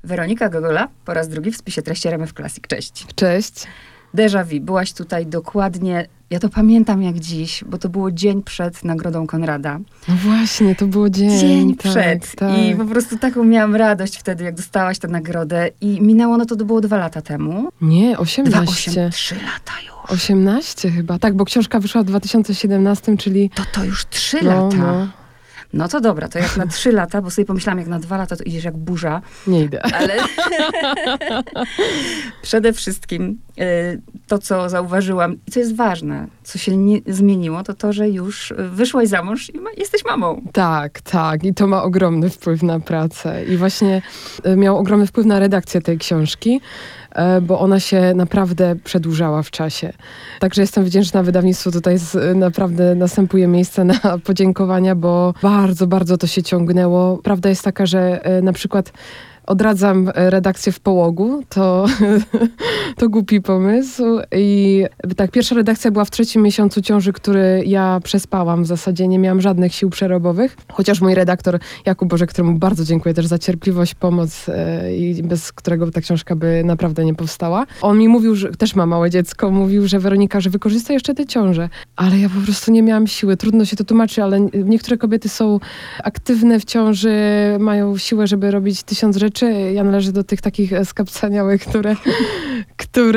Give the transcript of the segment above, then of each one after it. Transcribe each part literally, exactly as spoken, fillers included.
Weronika Gogola po raz drugi w spisie treści R M F Classic. Cześć. Cześć. Déjà vu. Byłaś tutaj dokładnie, ja to pamiętam jak dziś, bo to było dzień przed Nagrodą Konrada. No właśnie, to było dzień. Dzień tak, przed. Tak. I po prostu taką miałam radość wtedy, jak dostałaś tę nagrodę. I minęło, no to, to było dwa lata temu. Nie, osiemnaście. Dwa, osiem, trzy lata już. osiemnaście chyba, tak, bo książka wyszła w dwa tysiące siedemnastym, czyli... To to już trzy no, lata. No. No to dobra, to jak na trzy lata, bo sobie pomyślałam, jak na dwa lata to idziesz jak burza. Nie idę. Ale przede wszystkim y, to, co zauważyłam i co jest ważne, co się nie zmieniło, to to, że już wyszłaś za mąż i ma, jesteś mamą. Tak, tak. I to ma ogromny wpływ na pracę. I właśnie y, miał ogromny wpływ na redakcję tej książki, y, bo ona się naprawdę przedłużała w czasie. Także jestem wdzięczna wydawnictwu. Tutaj z, naprawdę następuje miejsce na podziękowania, bo bardzo, bardzo to się ciągnęło. Prawda jest taka, że y, na przykład odradzam redakcję w Połogu, to, to głupi pomysł. I tak, pierwsza redakcja była w trzecim miesiącu ciąży, który ja przespałam w zasadzie, nie miałam żadnych sił przerobowych. Chociaż mój redaktor Jakub Boże, któremu bardzo dziękuję też za cierpliwość, pomoc yy, i bez którego ta książka by naprawdę nie powstała. On mi mówił, że też ma małe dziecko, mówił, że Weronika, że wykorzystaj jeszcze tę ciążę. Ale ja po prostu nie miałam siły. Trudno się to tłumaczy, ale niektóre kobiety są aktywne w ciąży, mają siłę, żeby robić tysiąc rzeczy. Ja należę do tych takich skapcaniałych, które, które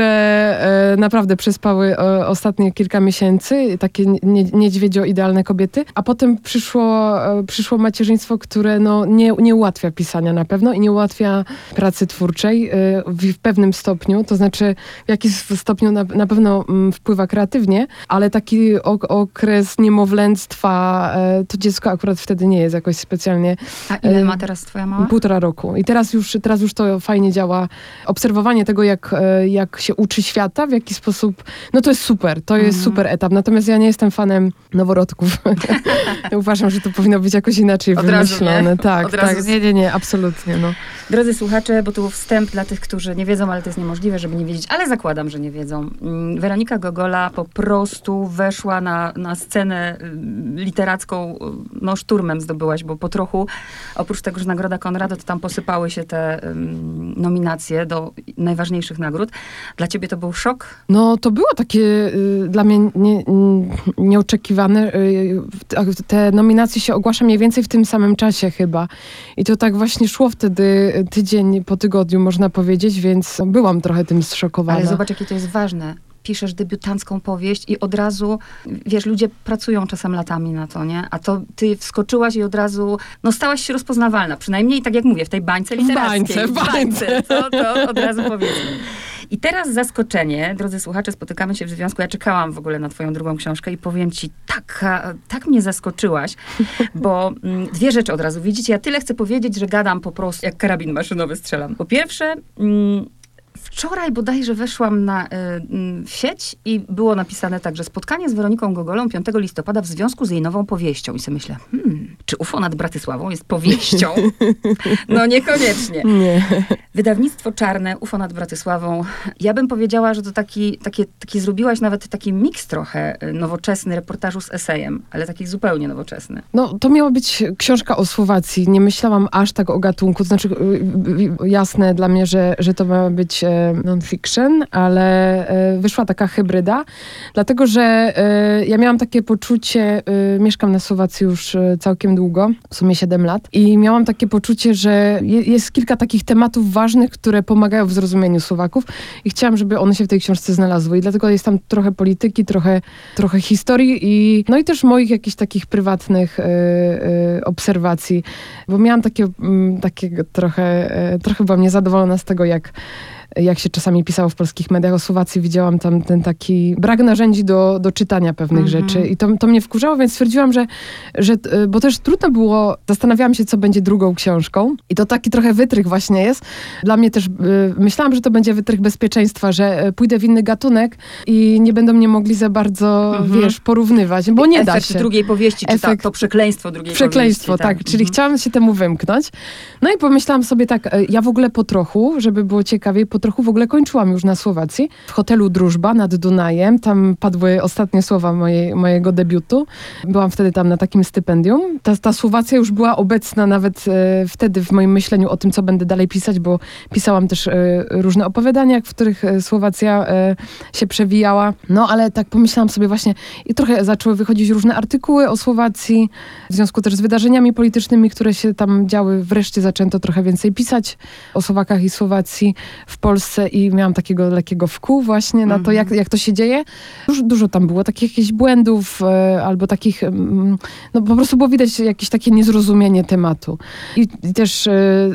e, naprawdę przespały o, ostatnie kilka miesięcy. Takie nie, niedźwiedzio idealne kobiety. A potem przyszło, e, przyszło macierzyństwo, które no, nie, nie ułatwia pisania na pewno i nie ułatwia pracy twórczej e, w, w pewnym stopniu. To znaczy w jakimś stopniu na, na pewno m, wpływa kreatywnie, ale taki ok, okres niemowlęctwa, e, to dziecko akurat wtedy nie jest jakoś specjalnie... A ile ma teraz twoja mama? Półtora roku. I teraz już, teraz już to fajnie działa. Obserwowanie tego, jak, jak się uczy świata, w jaki sposób... No to jest super. To jest mm. super etap. Natomiast ja nie jestem fanem noworodków. Uważam, że to powinno być jakoś inaczej Od wymyślone. Razu, nie? Tak, Od tak. razu. Nie, nie, nie. Absolutnie. No. Drodzy słuchacze, bo tu wstęp dla tych, którzy nie wiedzą, ale to jest niemożliwe, żeby nie wiedzieć, ale zakładam, że nie wiedzą. Weronika Gogola po prostu weszła na, na scenę literacką, no szturmem zdobyłaś, bo po trochu, oprócz tego, że Nagroda Konrada, to tam posypały się te um, nominacje do najważniejszych nagród. Dla ciebie to był szok? No to było takie y, dla mnie nie, nie, nieoczekiwane. Y, te nominacje się ogłasza mniej więcej w tym samym czasie chyba. I to tak właśnie szło wtedy tydzień po tygodniu, można powiedzieć, więc byłam trochę tym zszokowana. Ale zobacz, jakie to jest ważne. Piszesz debiutancką powieść i od razu, wiesz, ludzie pracują czasem latami na to, nie? A to ty wskoczyłaś i od razu, no stałaś się rozpoznawalna. Przynajmniej, tak jak mówię, w tej bańce literackiej. W bańce, w bańce. To, to od razu powiedzmy. I teraz zaskoczenie, drodzy słuchacze, spotykamy się w związku, ja czekałam w ogóle na twoją drugą książkę i powiem ci, tak, tak mnie zaskoczyłaś, bo mm, dwie rzeczy od razu. Widzicie, ja tyle chcę powiedzieć, że gadam po prostu jak karabin maszynowy strzelam. Po pierwsze, mm, wczoraj bodajże weszłam na y, y, sieć i było napisane tak, że spotkanie z Weroniką Gogolą piątego listopada w związku z jej nową powieścią. I sobie myślę, hmm, czy U F O nad Bratysławą jest powieścią? No niekoniecznie. Nie. Wydawnictwo Czarne, U F O nad Bratysławą. Ja bym powiedziała, że to taki, taki, taki zrobiłaś nawet taki miks trochę nowoczesny reportażu z esejem, ale taki zupełnie nowoczesny. No to miała być książka o Słowacji. Nie myślałam aż tak o gatunku. To znaczy jasne dla mnie, że, że to ma być non-fiction, ale wyszła taka hybryda, dlatego, że ja miałam takie poczucie, mieszkam na Słowacji już całkiem długo, w sumie siedem lat, i miałam takie poczucie, że jest kilka takich tematów ważnych, które pomagają w zrozumieniu Słowaków i chciałam, żeby one się w tej książce znalazły i dlatego jest tam trochę polityki, trochę, trochę historii i no i też moich jakichś takich prywatnych y, y, obserwacji, bo miałam takie, takie trochę, trochę byłam niezadowolona z tego, jak jak się czasami pisało w polskich mediach o Słowacji, widziałam tam ten taki brak narzędzi do, do czytania pewnych mm-hmm. rzeczy. I to, to mnie wkurzało, więc stwierdziłam, że, że, bo też trudno było, zastanawiałam się, co będzie drugą książką. I to taki trochę wytrych właśnie jest. Dla mnie też, y, myślałam, że to będzie wytrych bezpieczeństwa, że pójdę w inny gatunek i nie będą mnie mogli za bardzo, mm-hmm. wiesz, porównywać, bo nie Efekt da się. drugiej powieści, czy Efekt, ta, to przekleństwo drugiej przekleństwo, powieści. tak. tak. Czyli mm-hmm. chciałam się temu wymknąć. No i pomyślałam sobie tak, ja w ogóle po trochu, żeby było ciekawiej, po trochu w ogóle kończyłam już na Słowacji. W hotelu Drużba nad Dunajem. Tam padły ostatnie słowa mojej, mojego debiutu. Byłam wtedy tam na takim stypendium. Ta, ta Słowacja już była obecna nawet e, wtedy w moim myśleniu o tym, co będę dalej pisać, bo pisałam też e, różne opowiadania, w których e, Słowacja e, się przewijała. No ale tak pomyślałam sobie właśnie i trochę zaczęły wychodzić różne artykuły o Słowacji, w związku też z wydarzeniami politycznymi, które się tam działy. Wreszcie zaczęto trochę więcej pisać o Słowakach i Słowacji w Polsce i miałam takiego lekkiego wkół właśnie na to, jak, jak to się dzieje. Dużo, dużo tam było takich jakichś błędów e, albo takich, mm, no po prostu było widać jakieś takie niezrozumienie tematu. I, i też e,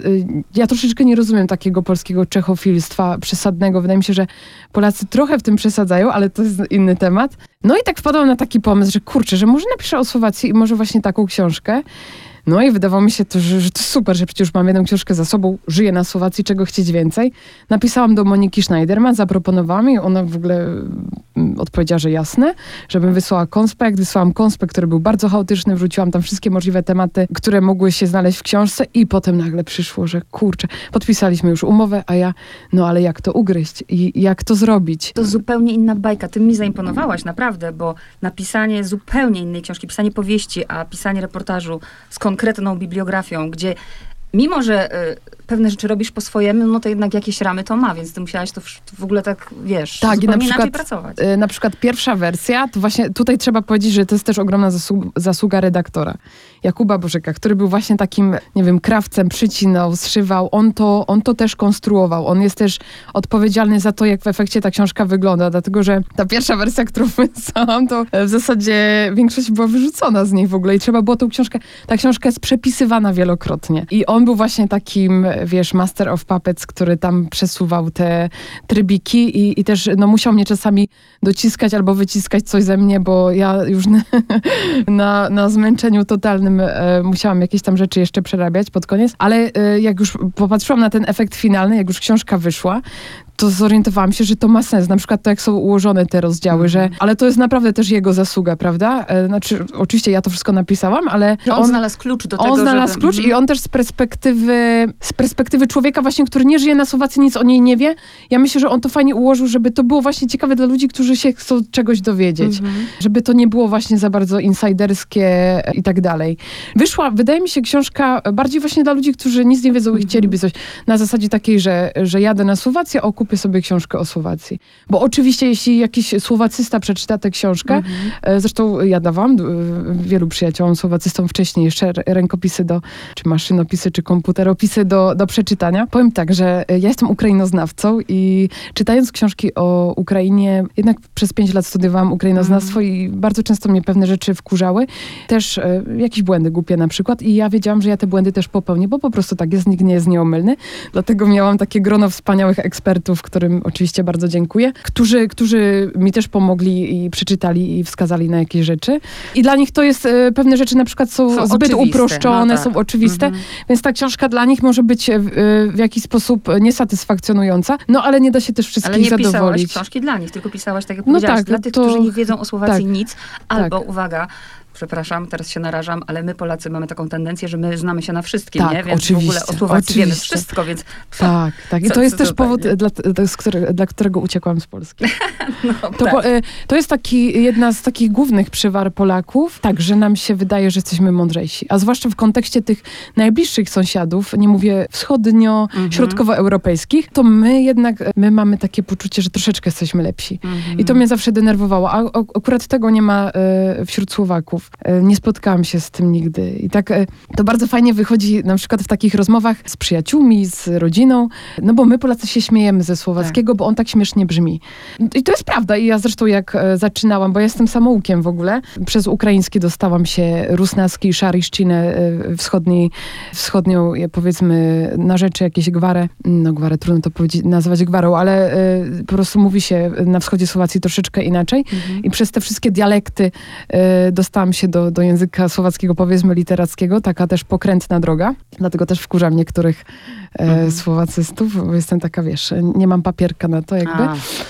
ja troszeczkę nie rozumiem takiego polskiego czechofilstwa przesadnego. Wydaje mi się, że Polacy trochę w tym przesadzają, ale to jest inny temat. No i tak wpadłam na taki pomysł, że kurczę, że może napiszę o Słowacji i może właśnie taką książkę. No i wydawało mi się to, że, że to super, że przecież mam jedną książkę za sobą, żyję na Słowacji, czego chcieć więcej. Napisałam do Moniki Schneiderman, zaproponowałam jej, ona w ogóle odpowiedziała, że jasne, żebym wysłała konspekt. Wysłałam konspekt, który był bardzo chaotyczny, wrzuciłam tam wszystkie możliwe tematy, które mogły się znaleźć w książce i potem nagle przyszło, że kurczę, podpisaliśmy już umowę, a ja, no ale jak to ugryźć i jak to zrobić? To zupełnie inna bajka. Ty mi zaimponowałaś naprawdę, bo napisanie zupełnie innej książki, pisanie powieści, a pisanie reportażu z konkretną bibliografią, gdzie mimo, że y, pewne rzeczy robisz po swojemu, no to jednak jakieś ramy to ma, więc ty musiałaś to w, w ogóle tak, wiesz, tak, zupełnie i na przykład, inaczej pracować. Y, na przykład pierwsza wersja, to właśnie tutaj trzeba powiedzieć, że to jest też ogromna zasłu- zasługa redaktora. Jakuba Bożyka, który był właśnie takim, nie wiem, krawcem, przycinał, zszywał. On to, on to też konstruował. On jest też odpowiedzialny za to, jak w efekcie ta książka wygląda, dlatego, że ta pierwsza wersja, którą wysłałam, to w zasadzie większość była wyrzucona z niej w ogóle i trzeba było tą książkę, ta książka jest przepisywana wielokrotnie. I on był właśnie takim, wiesz, master of puppets, który tam przesuwał te trybiki i, i też, no, musiał mnie czasami dociskać albo wyciskać coś ze mnie, bo ja już na, na, na zmęczeniu totalnym e, musiałam jakieś tam rzeczy jeszcze przerabiać pod koniec, ale e, jak już popatrzyłam na ten efekt finalny, jak już książka wyszła, to zorientowałam się, że to ma sens. Na przykład to, jak są ułożone te rozdziały, że, ale to jest naprawdę też jego zasługa, prawda? E, znaczy, oczywiście ja to wszystko napisałam, ale... On, on znalazł klucz do on tego, On znalazł żeby... klucz i on też z perspektywy, z perspektywy człowieka właśnie, który nie żyje na Słowacji, nic o niej nie wie. Ja myślę, że on to fajnie ułożył, żeby to było właśnie ciekawe dla ludzi, którzy się chcą czegoś dowiedzieć. Mhm. Żeby to nie było właśnie za bardzo insajderskie i tak dalej. Wyszła, wydaje mi się, książka bardziej właśnie dla ludzi, którzy nic nie wiedzą i mhm. chcieliby coś. Na zasadzie takiej, że, że jadę na Słowację, o, kupię sobie książkę o Słowacji. Bo oczywiście, jeśli jakiś słowacysta przeczyta tę książkę, mhm. zresztą ja dawałam wielu przyjaciołom słowacystom wcześniej jeszcze rękopisy do, czy maszynopisy, czy komputeropisy do, do przeczytania. Powiem tak, że ja jestem ukrainoznawcą i czytając książki o Ukrainie, jednak przez pięć lat studiowałam ukrainoznawstwo mm. i bardzo często mnie pewne rzeczy wkurzały. Też e, jakieś błędy głupie na przykład i ja wiedziałam, że ja te błędy też popełnię, bo po prostu tak jest, nikt nie jest nieomylny. Dlatego miałam takie grono wspaniałych ekspertów, którym oczywiście bardzo dziękuję, którzy, którzy mi też pomogli i przeczytali i wskazali na jakieś rzeczy. I dla nich to jest, e, pewne rzeczy na przykład są, są zbyt oczywiste. uproszczone, no tak. są oczywiste, mm-hmm. więc ta książka dla nich może być w, w jakiś sposób niesatysfakcjonująca, no ale nie da się też wszystkich zadowolić. Ale nie zadowolić. pisałaś książki dla nich, tylko pisałaś, tak jak no powiedziałaś, tak, dla tych, to... którzy nie wiedzą o Słowacji tak, nic, albo, tak. uwaga, przepraszam, teraz się narażam, ale my Polacy mamy taką tendencję, że my znamy się na wszystkim, tak, nie? Więc oczywiście, w ogóle o Słowacji oczywiście. wiemy wszystko, więc... Tak, tak. I co, to jest też zupełnie. powód, dla, dla, dla którego uciekłam z Polski. no, to, tak. to jest taki, jedna z takich głównych przywar Polaków, tak, że nam się wydaje, że jesteśmy mądrzejsi. A zwłaszcza w kontekście tych najbliższych sąsiadów, nie mówię wschodnio, mhm. środkowoeuropejskich, to my jednak, my mamy takie poczucie, że troszeczkę jesteśmy lepsi. Mhm. I to mnie zawsze denerwowało. A akurat tego nie ma e, wśród Słowaków. Nie spotkałam się z tym nigdy. I tak to bardzo fajnie wychodzi na przykład w takich rozmowach z przyjaciółmi, z rodziną, no bo my Polacy się śmiejemy ze słowackiego, tak. bo on tak śmiesznie brzmi. I to jest prawda. I ja zresztą jak zaczynałam, bo ja jestem samoukiem w ogóle, przez ukraiński dostałam się rusnacki, szariszczynę, wschodniej, wschodnią, powiedzmy, na rzeczy jakieś gwarę. No gwarę trudno to powiedzieć, nazwać gwarą, ale y, po prostu mówi się na wschodzie Słowacji troszeczkę inaczej. Mhm. I przez te wszystkie dialekty y, dostałam się do, do języka słowackiego, powiedzmy literackiego, taka też pokrętna droga. Dlatego też wkurzam niektórych mhm. słowacystów, bo jestem taka, wiesz, nie mam papierka na to jakby.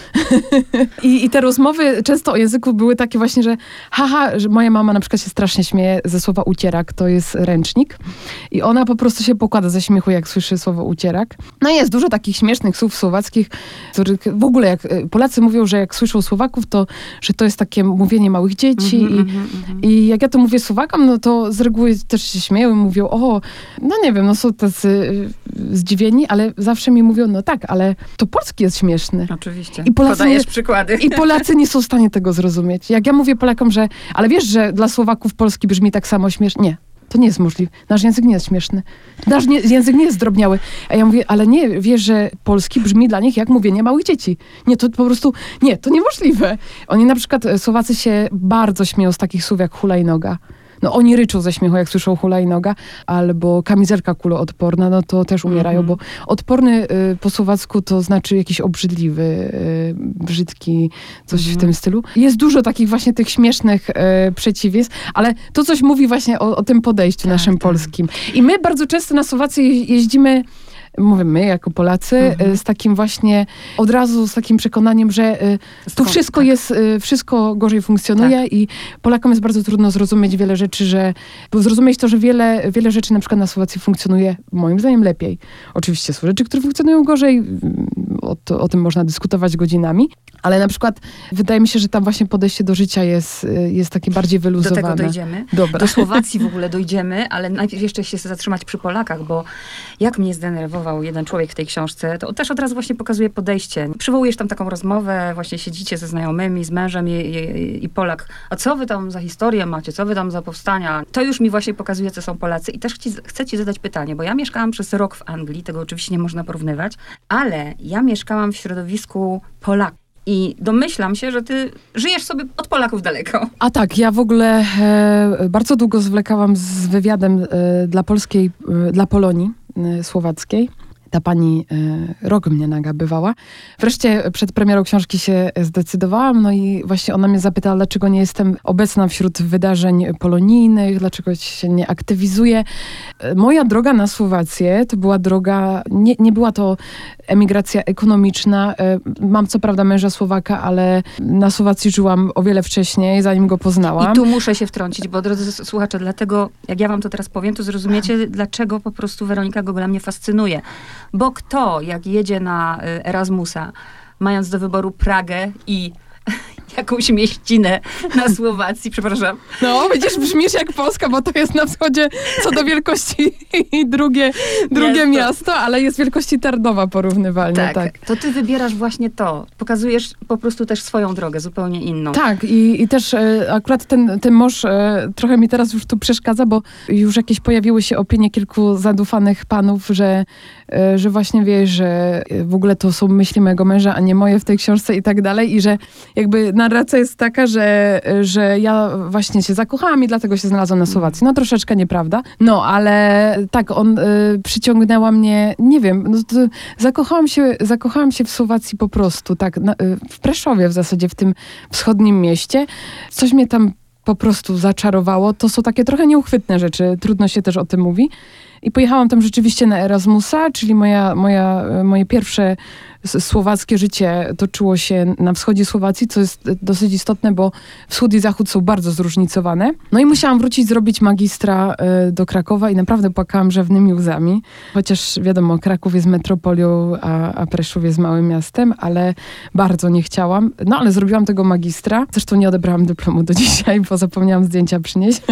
I, I te rozmowy często o języku były takie właśnie, że haha, że moja mama na przykład się strasznie śmieje ze słowa ucierak, to jest ręcznik. I ona po prostu się pokłada ze śmiechu, jak słyszy słowo ucierak. No i jest dużo takich śmiesznych słów słowackich, których w ogóle jak Polacy mówią, że jak słyszą Słowaków, to że to jest takie mówienie małych dzieci. Mm-hmm, i, mm-hmm. I jak ja to mówię Słowakom, no to z reguły też się śmieją i mówią, o, no nie wiem, no są tacy zdziwieni, ale zawsze mi mówią, no tak, ale to polski jest śmieszny. Oczywiście. I Polacy Podajesz nie, przykłady. I Polacy nie są w stanie tego zrozumieć. Jak ja mówię Polakom, że, ale wiesz, że dla Słowaków polski brzmi tak samo śmiesznie? Nie. To nie jest możliwe. Nasz język nie jest śmieszny. Nasz nie, język nie jest zdrobniały. A ja mówię, ale nie, wiesz, że polski brzmi dla nich jak mówienie małych dzieci. Nie, to po prostu, nie, to niemożliwe. Oni na przykład, Słowacy się bardzo śmieją z takich słów jak hulajnoga. No oni ryczą ze śmiechu, jak słyszą hulajnoga, albo kamizelka kuloodporna, no to też umierają, mm-hmm. bo odporny y, po słowacku to znaczy jakiś obrzydliwy, y, brzydki, coś mm-hmm. w tym stylu. Jest dużo takich właśnie tych śmiesznych y, przeciwieństw, ale to coś mówi właśnie o, o tym podejściu tak, naszym tak. polskim. I my bardzo często na Słowacji jeździmy, mówię my jako Polacy, mhm. z takim właśnie od razu z takim przekonaniem, że Skąd, tu wszystko tak. jest, wszystko gorzej funkcjonuje tak. i Polakom jest bardzo trudno zrozumieć wiele rzeczy, że bo zrozumieć to, że wiele, wiele rzeczy na przykład na Słowacji funkcjonuje moim zdaniem lepiej. Oczywiście są rzeczy, które funkcjonują gorzej, o, to, o tym można dyskutować godzinami, ale na przykład wydaje mi się, że tam właśnie podejście do życia jest, jest takie bardziej wyluzowane. Do tego dojdziemy. Dobra. Do Słowacji w ogóle dojdziemy, ale najpierw jeszcze się zatrzymać przy Polakach, bo jak mnie zdenerwował jeden człowiek w tej książce, to też od razu właśnie pokazuje podejście. Przywołujesz tam taką rozmowę, właśnie siedzicie ze znajomymi, z mężem i, i, i Polak. A co wy tam za historię macie? Co wy tam za powstania? To już mi właśnie pokazuje, co są Polacy. I też ci, chcę ci zadać pytanie, bo ja mieszkałam przez rok w Anglii, tego oczywiście nie można porównywać, ale ja mieszkałam w środowisku Polaków. I domyślam się, że ty żyjesz sobie od Polaków daleko. A tak, ja w ogóle e, bardzo długo zwlekałam z wywiadem e, dla polskiej, e, dla Polonii e, słowackiej. Ta pani e, rok mnie nagabywała. Wreszcie przed premierą książki się zdecydowałam, no i właśnie ona mnie zapytała, dlaczego nie jestem obecna wśród wydarzeń polonijnych, dlaczego się nie aktywizuję. E, moja droga na Słowację to była droga, nie, nie była to emigracja ekonomiczna. E, mam co prawda męża Słowaka, ale na Słowacji żyłam o wiele wcześniej, zanim go poznałam. I tu muszę się wtrącić, bo drodzy słuchacze, dlatego jak ja wam to teraz powiem, to zrozumiecie, dlaczego po prostu Weronika Gogula mnie fascynuje. Bo kto, jak jedzie na Erasmusa, mając do wyboru Pragę i jakąś mieścinę na Słowacji, przepraszam. No, widzisz, brzmisz jak Polska, bo to jest na wschodzie co do wielkości drugie, drugie miasto. miasto, ale jest wielkości Tarnowa porównywalnie. Tak, tak, to ty wybierasz właśnie to. Pokazujesz po prostu też swoją drogę, zupełnie inną. Tak, i, i też e, akurat ten, ten mąż e, trochę mi teraz już tu przeszkadza, bo już jakieś pojawiły się opinie kilku zadufanych panów, że, e, że właśnie wie, że w ogóle to są myśli mojego męża, a nie moje w tej książce i tak dalej, i że jakby narracja jest taka, że, że ja właśnie się zakochałam i dlatego się znalazłam na Słowacji. No troszeczkę nieprawda. No, ale tak, on y, przyciągnęła mnie, nie wiem, no, to, zakochałam się, zakochałam się w Słowacji po prostu, tak, na, y, w Preszowie w zasadzie, w tym wschodnim mieście. Coś mnie tam po prostu zaczarowało. To są takie trochę nieuchwytne rzeczy, trudno się też o tym mówi. I pojechałam tam rzeczywiście na Erasmusa, czyli moja, moja, moje pierwsze słowackie życie toczyło się na wschodzie Słowacji, co jest dosyć istotne, bo wschód i zachód są bardzo zróżnicowane. No i musiałam wrócić zrobić magistra y, do Krakowa i naprawdę płakałam rzewnymi łzami. Chociaż wiadomo, Kraków jest metropolią, a, a Preszów jest małym miastem, ale bardzo nie chciałam. No ale zrobiłam tego magistra. Zresztą nie odebrałam dyplomu do dzisiaj, bo zapomniałam zdjęcia przynieść.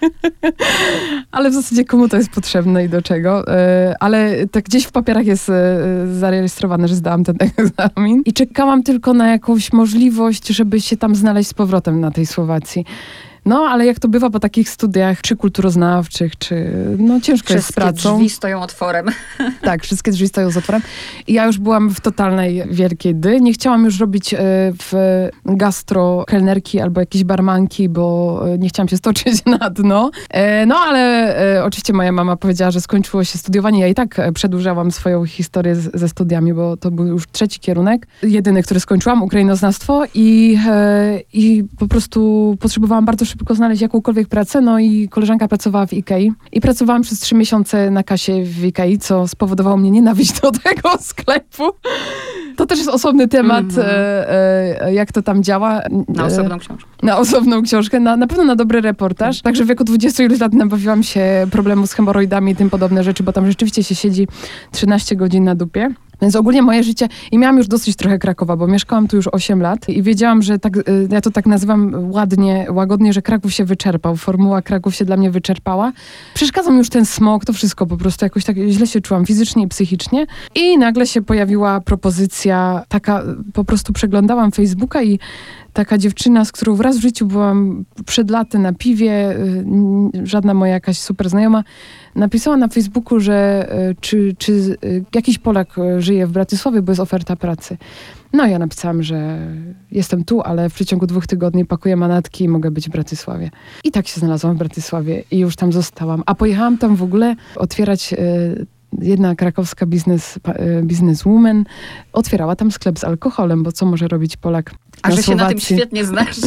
Ale w zasadzie komu to jest potrzebne i do czego. Y, ale tak gdzieś w papierach jest y, zarejestrowane, że zdałam ten egzamin. I czekałam tylko na jakąś możliwość, żeby się tam znaleźć z powrotem na tej Słowacji. No, ale jak to bywa po takich studiach, czy kulturoznawczych, czy no ciężko jest z pracą. Wszystkie drzwi stoją otworem. Tak, wszystkie drzwi stoją z otworem. I ja już byłam w totalnej wielkiej dy. Nie chciałam już robić y, w gastro kelnerki albo jakieś barmanki, bo y, nie chciałam się stoczyć na dno. Y, no, ale y, oczywiście moja mama powiedziała, że skończyło się studiowanie. Ja i tak przedłużałam swoją historię z, ze studiami, bo to był już trzeci kierunek. Jedyny, który skończyłam, ukrainoznawstwo i, y, i po prostu potrzebowałam bardzo szybko szybko znaleźć jakąkolwiek pracę, no i koleżanka pracowała w Ikei i pracowałam przez trzy miesiące na kasie w Ikei, co spowodowało mnie nienawiść do tego sklepu. To też jest osobny temat, mm-hmm. e, e, jak to tam działa. Na osobną książkę. Na osobną książkę, na, na pewno na dobry reportaż. Także w wieku dwudziestu iluś lat nabawiłam się problemu z hemoroidami i tym podobne rzeczy, bo tam rzeczywiście się siedzi trzynaście godzin na dupie. Więc ogólnie moje życie, i miałam już dosyć trochę Krakowa, bo mieszkałam tu już osiem lat i wiedziałam, że tak, ja to tak nazywam ładnie, łagodnie, że Kraków się wyczerpał. Formuła Kraków się dla mnie wyczerpała. Przeszkadzał mi już ten smog, to wszystko po prostu jakoś tak źle się czułam fizycznie i psychicznie. I nagle się pojawiła propozycja taka, po prostu przeglądałam Facebooka i taka dziewczyna, z którą wraz w życiu byłam przed laty na piwie, żadna moja jakaś super znajoma, napisała na Facebooku, że czy, czy jakiś Polak żyje w Bratysławie, bo jest oferta pracy. No ja napisałam, że jestem tu, ale w przeciągu dwóch tygodni pakuję manatki i mogę być w Bratysławie. I tak się znalazłam w Bratysławie i już tam zostałam. A pojechałam tam w ogóle otwierać... Jedna krakowska biznes, bizneswoman otwierała tam sklep z alkoholem, bo co może robić Polak A na że Słowacji? się na tym świetnie znasz?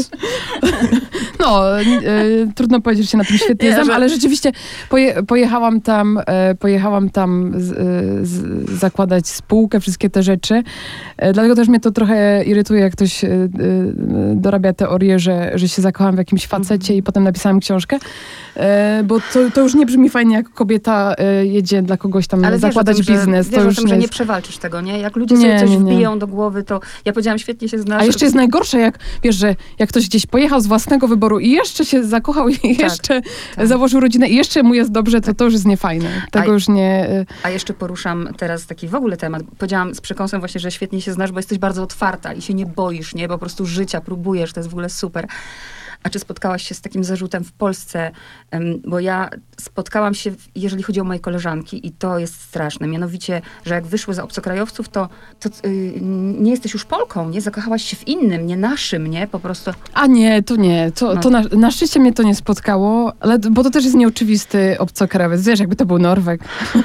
No, y, trudno powiedzieć, że się na tym świetnie ja, znam, że... ale rzeczywiście poje, pojechałam tam, e, pojechałam tam z, z, zakładać spółkę, wszystkie te rzeczy. E, dlatego też mnie to trochę irytuje, jak ktoś e, e, dorabia teorię, że, że się zakochałam w jakimś facecie mm. i potem napisałam książkę, e, bo to, to już nie brzmi fajnie, jak kobieta e, jedzie dla kogoś tam ale zakładać tym, biznes. Że, to wiesz już o tym, że nie, nie przewalczysz tego, nie? Jak ludzie nie, sobie coś nie, nie. wbiją do głowy, to ja powiedziałam, świetnie się znasz. A jeszcze jest najgorsze, jak wiesz, że jak ktoś gdzieś pojechał z własnego wyboru i jeszcze się zakochał i tak, jeszcze tak. założył rodzinę i jeszcze mu jest dobrze, to to już jest niefajne. Tego a, już nie... A jeszcze poruszam teraz taki w ogóle temat. Powiedziałam z przekąsem właśnie, że świetnie się znasz, bo jesteś bardzo otwarta i się nie boisz, nie? Po prostu życia próbujesz, to jest w ogóle super. A czy spotkałaś się z takim zarzutem w Polsce? Bo ja spotkałam się, jeżeli chodzi o moje koleżanki, i to jest straszne. Mianowicie, że jak wyszły za obcokrajowców, to, to yy, nie jesteś już Polką, nie? Zakochałaś się w innym, nie naszym, nie? Po prostu... A nie, to nie. To, no. to na, na szczęście mnie to nie spotkało, ale, bo to też jest nieoczywisty obcokrajowiec. Wiesz, jakby to był Norweg.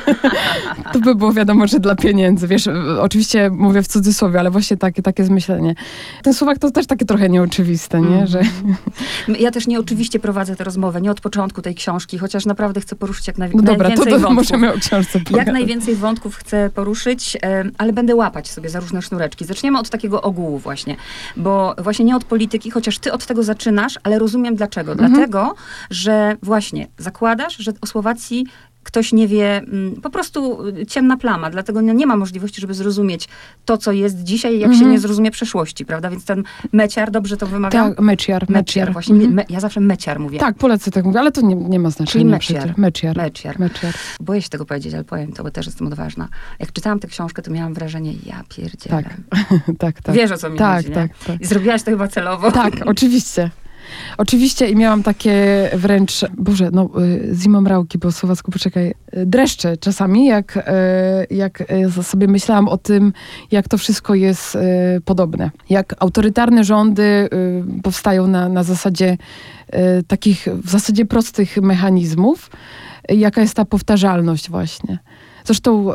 To by było wiadomo, że dla pieniędzy. Wiesz, oczywiście mówię w cudzysłowie, ale właśnie takie, takie zmyślenie. Ten Słowak to też takie trochę nieoczywiste, nie? Mm. Że... Ja też nie oczywiście prowadzę tę rozmowę, nie od początku tej książki, chociaż naprawdę chcę poruszyć jak naj, no dobra, najwięcej to, to wątków. możemy o książce pogadać. Jak najwięcej wątków chcę poruszyć, ale będę łapać sobie za różne sznureczki. Zaczniemy od takiego ogółu właśnie, bo właśnie nie od polityki, chociaż ty od tego zaczynasz, ale rozumiem dlaczego. Mhm. Dlatego, że właśnie zakładasz, że o Słowacji ktoś nie wie, po prostu ciemna plama, dlatego nie ma możliwości, żeby zrozumieć to, co jest dzisiaj, jak mm-hmm. się nie zrozumie przeszłości, prawda? Więc ten meciar, dobrze to wymawiam? Tak, meciar. Meciar, właśnie. Mm-hmm. Me, ja zawsze meciar mówię. Tak, Polacy tak mówią, ale to nie, nie ma znaczenia. Czyli meciar. Meciar. Meciar. Meciar. Boję się tego powiedzieć, ale powiem to, bo też jestem odważna. Jak czytałam tę książkę, to miałam wrażenie, ja pierdzielę. Tak, tak, tak. Wiesz, o co mi tak, chodzi, nie? Tak, tak. I zrobiłaś to chyba celowo. Tak, oczywiście. Oczywiście i miałam takie wręcz, Boże, no zimomrałki po słowacku, poczekaj, dreszcze czasami, jak, jak sobie myślałam o tym, jak to wszystko jest podobne. Jak autorytarne rządy powstają na, na zasadzie takich w zasadzie prostych mechanizmów, jaka jest ta powtarzalność właśnie. Zresztą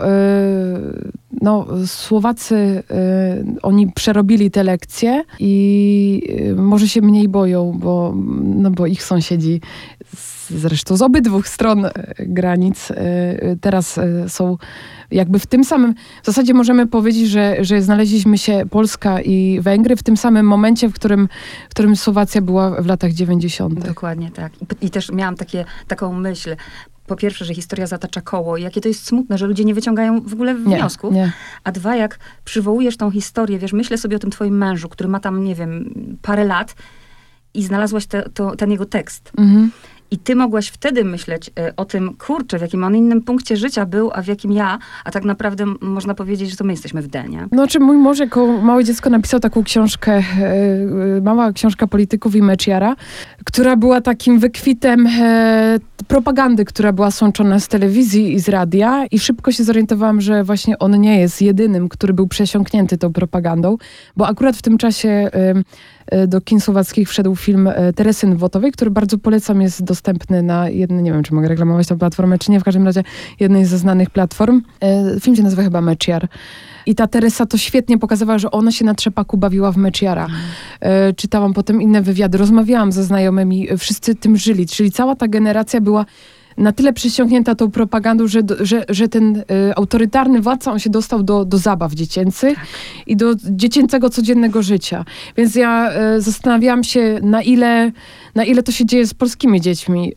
no, Słowacy, oni przerobili te lekcje i może się mniej boją, bo, no, bo ich sąsiedzi zresztą z obydwu stron granic teraz są jakby w tym samym, w zasadzie możemy powiedzieć, że, że znaleźliśmy się Polska i Węgry w tym samym momencie, w którym, w którym Słowacja była w latach dziewięćdziesiątych. Dokładnie tak. I, i też miałam takie, taką myśl. Po pierwsze, że historia zatacza koło i jakie to jest smutne, że ludzie nie wyciągają w ogóle wniosków. Nie, nie. A dwa, jak przywołujesz tą historię, wiesz, myślę sobie o tym twoim mężu, który ma tam, nie wiem, parę lat i znalazłaś te, to, ten jego tekst. Mhm. I ty mogłaś wtedy myśleć y, o tym, kurczę, w jakim on innym punkcie życia był, a w jakim ja, a tak naprawdę m- można powiedzieć, że to my jesteśmy w D, nie? No, czy mój mąż jako małe dziecko napisał taką książkę, y, mała książka polityków i Meciara, która była takim wykwitem y, propagandy, która była sączona z telewizji i z radia i szybko się zorientowałam, że właśnie on nie jest jedynym, który był przesiąknięty tą propagandą, bo akurat w tym czasie y, do kin słowackich wszedł film Teresy Nwotowej, który bardzo polecam, jest dostępny na jednej, nie wiem, czy mogę reklamować tę platformę, czy nie, w każdym razie jednej ze znanych platform. Film się nazywa chyba Mečiar. I ta Teresa to świetnie pokazywała, że ona się na trzepaku bawiła w Mečiara. Mm. E, czytałam potem inne wywiady, rozmawiałam ze znajomymi, wszyscy tym żyli. Czyli cała ta generacja była na tyle przysiągnięta tą propagandą, że, że, że ten y, autorytarny władca, on się dostał do, do zabaw dziecięcych tak. i do dziecięcego codziennego życia. Więc ja y, zastanawiałam się, na ile, na ile to się dzieje z polskimi dziećmi.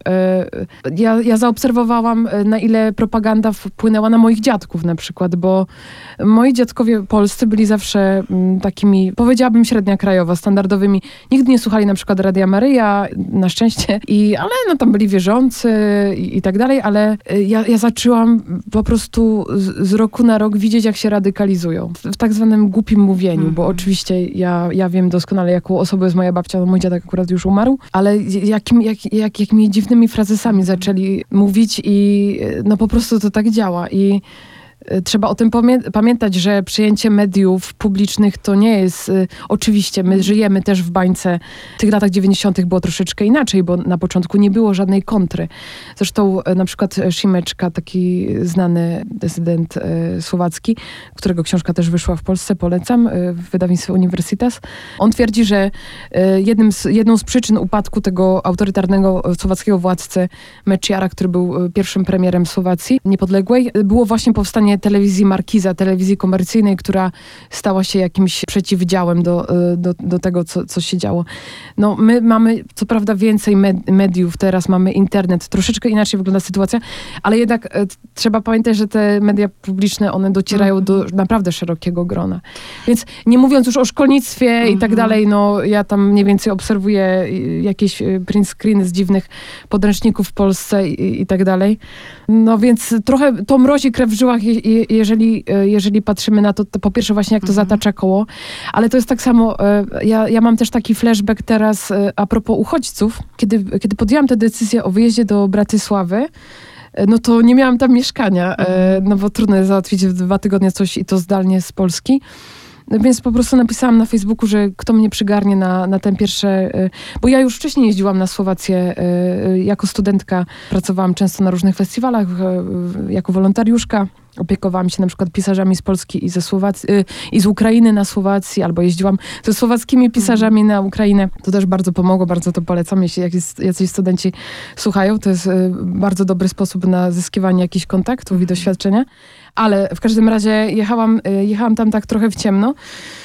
Y, ja, ja zaobserwowałam, y, na ile propaganda wpłynęła na moich dziadków na przykład, bo moi dziadkowie polscy byli zawsze y, takimi, powiedziałabym, średnia krajowa, standardowymi. Nigdy nie słuchali na przykład Radia Maryja, na szczęście, i, ale no, tam byli wierzący i, i tak dalej, ale ja, ja zaczęłam po prostu z, z roku na rok widzieć, jak się radykalizują. W, w tak zwanym głupim mówieniu, mm-hmm. bo oczywiście ja, ja wiem doskonale, jaką osobą jest moja babcia, no mój dziadek akurat już umarł, ale jakim, jak, jak, jakimi dziwnymi frazesami zaczęli mówić i no po prostu to tak działa. I trzeba o tym pamię- pamiętać, że przyjęcie mediów publicznych to nie jest... Y, oczywiście, my żyjemy też w bańce. W tych latach dziewięćdziesiątych było troszeczkę inaczej, bo na początku nie było żadnej kontry. Zresztą y, na przykład Šimečka, taki znany dysydent y, słowacki, którego książka też wyszła w Polsce, polecam, y, w wydawnictwie Universitas. On twierdzi, że y, jednym z, jedną z przyczyn upadku tego autorytarnego słowackiego władcy Mečiara, który był y, pierwszym premierem Słowacji niepodległej, y, było właśnie powstanie telewizji Markiza, telewizji komercyjnej, która stała się jakimś przeciwdziałem do, do, do tego, co, co się działo. No, my mamy, co prawda, więcej med- mediów, teraz mamy internet, troszeczkę inaczej wygląda sytuacja, ale jednak e, trzeba pamiętać, że te media publiczne, one docierają mm. do naprawdę szerokiego grona. Więc nie mówiąc już o szkolnictwie mm-hmm. i tak dalej, no ja tam mniej więcej obserwuję jakieś print screeny z dziwnych podręczników w Polsce i, i tak dalej. No więc trochę to mrozi krew w żyłach, jeżeli, jeżeli patrzymy na to, to po pierwsze właśnie jak to mhm. zatacza koło, ale to jest tak samo, ja, ja mam też taki flashback teraz a propos uchodźców, kiedy, kiedy podjęłam tę decyzję o wyjeździe do Bratysławy, no to nie miałam tam mieszkania, mhm. no bo trudno jest załatwić w dwa tygodnie coś i to zdalnie z Polski. Więc po prostu napisałam na Facebooku, że kto mnie przygarnie na, na ten pierwsze... Bo ja już wcześniej jeździłam na Słowację jako studentka. Pracowałam często na różnych festiwalach jako wolontariuszka. Opiekowałam się na przykład pisarzami z Polski i ze Słowacji, i z Ukrainy na Słowacji, albo jeździłam ze słowackimi pisarzami na Ukrainę. To też bardzo pomogło, bardzo to polecam, jeśli jacyś studenci słuchają. To jest bardzo dobry sposób na zyskiwanie jakichś kontaktów i doświadczenia. Ale w każdym razie jechałam, jechałam tam tak trochę w ciemno.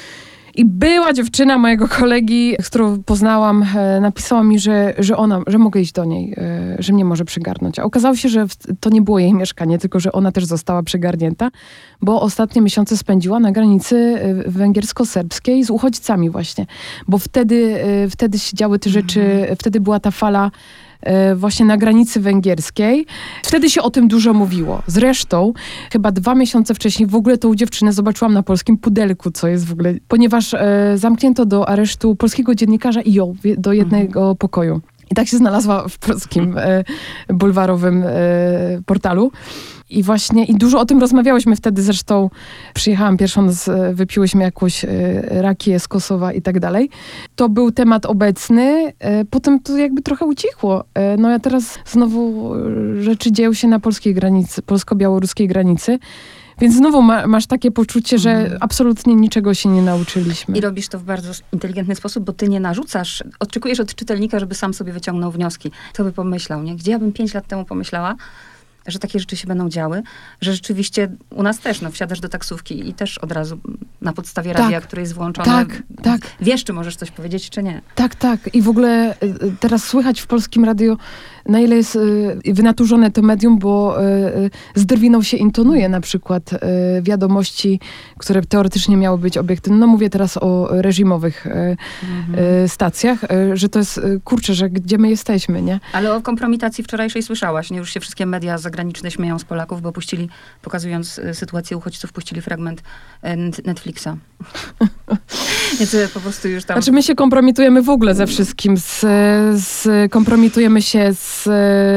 I była dziewczyna mojego kolegi, z którą poznałam, napisała mi, że, że ona, że mogę iść do niej, że mnie może przygarnąć. A okazało się, że to nie było jej mieszkanie, tylko że ona też została przygarnięta, bo ostatnie miesiące spędziła na granicy węgiersko-serbskiej z uchodźcami właśnie. Bo wtedy, wtedy się działy te rzeczy, mhm. wtedy była ta fala właśnie na granicy węgierskiej. Wtedy się o tym dużo mówiło. Zresztą chyba dwa miesiące wcześniej w ogóle tą dziewczynę zobaczyłam na polskim Pudelku, co jest w ogóle... Ponieważ e, zamknięto do aresztu polskiego dziennikarza i ją do jednego mhm. pokoju. I tak się znalazła w polskim e, bulwarowym e, portalu. I właśnie, i dużo o tym rozmawiałyśmy wtedy, zresztą przyjechałam pierwszą, z, wypiłyśmy jakąś y, rakię z Kosowa i tak dalej. To był temat obecny, y, potem to jakby trochę ucichło. Y, no ja teraz znowu y, rzeczy dzieją się na polskiej granicy, polsko-białoruskiej granicy. Więc znowu ma, masz takie poczucie, że mm. absolutnie niczego się nie nauczyliśmy. I robisz to w bardzo inteligentny sposób, bo ty nie narzucasz, oczekujesz od czytelnika, żeby sam sobie wyciągnął wnioski. Co by pomyślał, nie? Gdzie ja bym pięć lat temu pomyślała, że takie rzeczy się będą działy, że rzeczywiście u nas też, no, wsiadasz do taksówki i też od razu na podstawie tak, radia, które jest włączone, tak, tak. wiesz, czy możesz coś powiedzieć, czy nie. Tak, tak. I w ogóle teraz słychać w polskim radiu, na ile jest y, wynaturzone to medium, bo y, z drwiną się intonuje na przykład y, wiadomości, które teoretycznie miały być obiektywne. No mówię teraz o reżimowych y, mhm. y, stacjach, y, że to jest, y, kurczę, że gdzie my jesteśmy, nie? Ale o kompromitacji wczorajszej słyszałaś, nie? Już się wszystkie media zagraniczne śmieją z Polaków, bo puścili, pokazując y, sytuację uchodźców, puścili fragment y, Netflixa. Więc po prostu już tam... Znaczy my się kompromitujemy w ogóle ze wszystkim. Z, z, kompromitujemy się z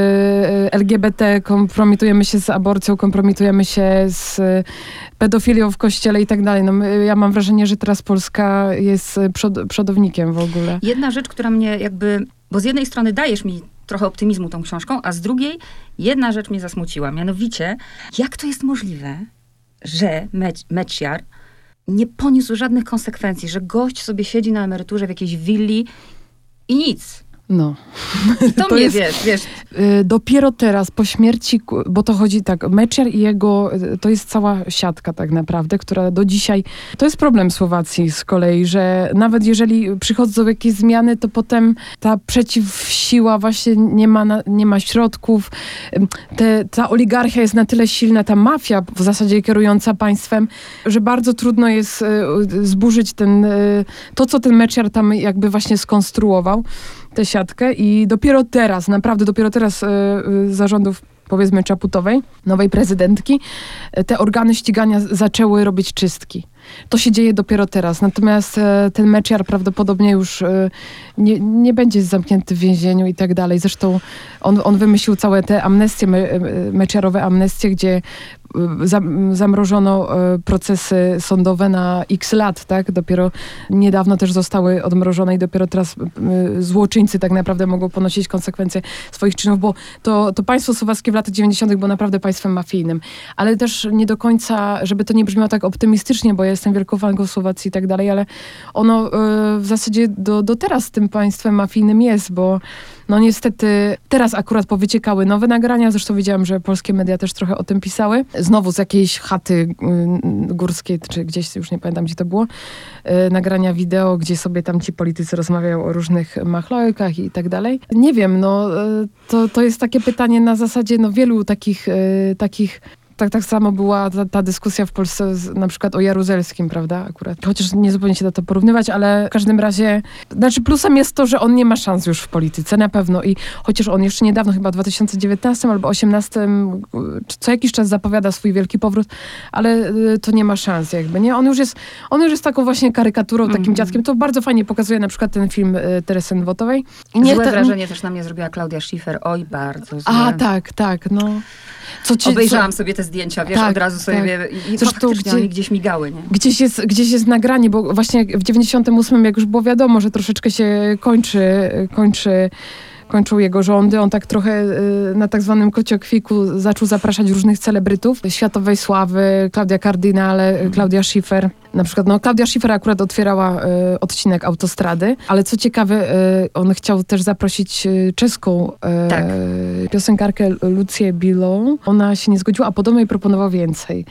L G B T, kompromitujemy się z aborcją, kompromitujemy się z pedofilią w kościele i tak dalej. No, ja mam wrażenie, że teraz Polska jest przod, przodownikiem w ogóle. Jedna rzecz, która mnie jakby... Bo z jednej strony dajesz mi trochę optymizmu tą książką, a z drugiej jedna rzecz mnie zasmuciła. Mianowicie, jak to jest możliwe, że Mec- Mečiar nie poniósł żadnych konsekwencji, że gość sobie siedzi na emeryturze w jakiejś willi i nic. No. To, to mnie, jest, wiesz, wiesz. Y, dopiero teraz, po śmierci, bo to chodzi tak, Mečiar i jego, to jest cała siatka tak naprawdę, która do dzisiaj, to jest problem Słowacji z kolei, że nawet jeżeli przychodzą jakieś zmiany, to potem ta przeciwsiła właśnie nie ma, na, nie ma środków. Te, ta oligarchia jest na tyle silna, ta mafia w zasadzie kierująca państwem, że bardzo trudno jest y, zburzyć ten, y, to, co ten Mečiar tam jakby właśnie skonstruował, tę siatkę i dopiero teraz, naprawdę dopiero teraz y, y, zarządów, powiedzmy, Čaputovej, nowej prezydentki, y, te organy ścigania zaczęły robić czystki. To się dzieje dopiero teraz. Natomiast y, ten Mečiar prawdopodobnie już y, nie, nie będzie zamknięty w więzieniu i tak dalej. Zresztą on, on wymyślił całe te amnestie, me, Mečiarowe amnestie, gdzie zamrożono procesy sądowe na x lat, tak? Dopiero niedawno też zostały odmrożone i dopiero teraz złoczyńcy tak naprawdę mogą ponosić konsekwencje swoich czynów, bo to, to państwo słowackie w latach dziewięćdziesiątych było naprawdę państwem mafijnym. Ale też nie do końca, żeby to nie brzmiało tak optymistycznie, bo ja jestem wielką fanką Słowacji i tak dalej, ale ono w zasadzie do, do teraz tym państwem mafijnym jest, bo no niestety teraz akurat powyciekały nowe nagrania, zresztą widziałam, że polskie media też trochę o tym pisały. Znowu z jakiejś chaty y, górskiej, czy gdzieś, już nie pamiętam gdzie to było, y, nagrania wideo, gdzie sobie tam ci politycy rozmawiają o różnych machlojkach i tak dalej. Nie wiem, no y, to, to jest takie pytanie na zasadzie no wielu takich, y, takich Tak, tak samo była ta, ta dyskusja w Polsce z, na przykład o Jaruzelskim, prawda, akurat. Chociaż nie zupełnie się da to porównywać, ale w każdym razie, znaczy plusem jest to, że on nie ma szans już w polityce, na pewno. I chociaż on jeszcze niedawno, chyba w dwa tysiące dziewiętnastym albo osiemnastym, co jakiś czas zapowiada swój wielki powrót, ale to nie ma szans jakby, nie? On już jest, on już jest taką właśnie karykaturą, takim mm. dziadkiem. To bardzo fajnie pokazuje na przykład ten film y, Teresy Nwotowej. I nie Złe te, wrażenie też na mnie zrobiła Klaudia Schiffer. Oj, bardzo złe. A, tak, tak, no. Co ci, Obejrzałam co... sobie te zdjęcia, wiesz, tak, od razu sobie, tak. i Zresztą gdzie, oni gdzieś migały, nie? Gdzieś jest, gdzieś jest nagranie, bo właśnie w dziewięćdziesiątym ósmym, jak już było wiadomo, że troszeczkę się kończy, kończy kończą jego rządy. On tak trochę y, na tak zwanym kociokwiku zaczął zapraszać różnych celebrytów światowej sławy, Klaudia Cardinale, mm. Klaudia Schiffer. Na przykład, no Klaudia Schiffer akurat otwierała y, odcinek Autostrady, ale co ciekawe, y, on chciał też zaprosić y, czeską y, tak. piosenkarkę Lucję Bilą. Ona się nie zgodziła, a podobno jej proponował więcej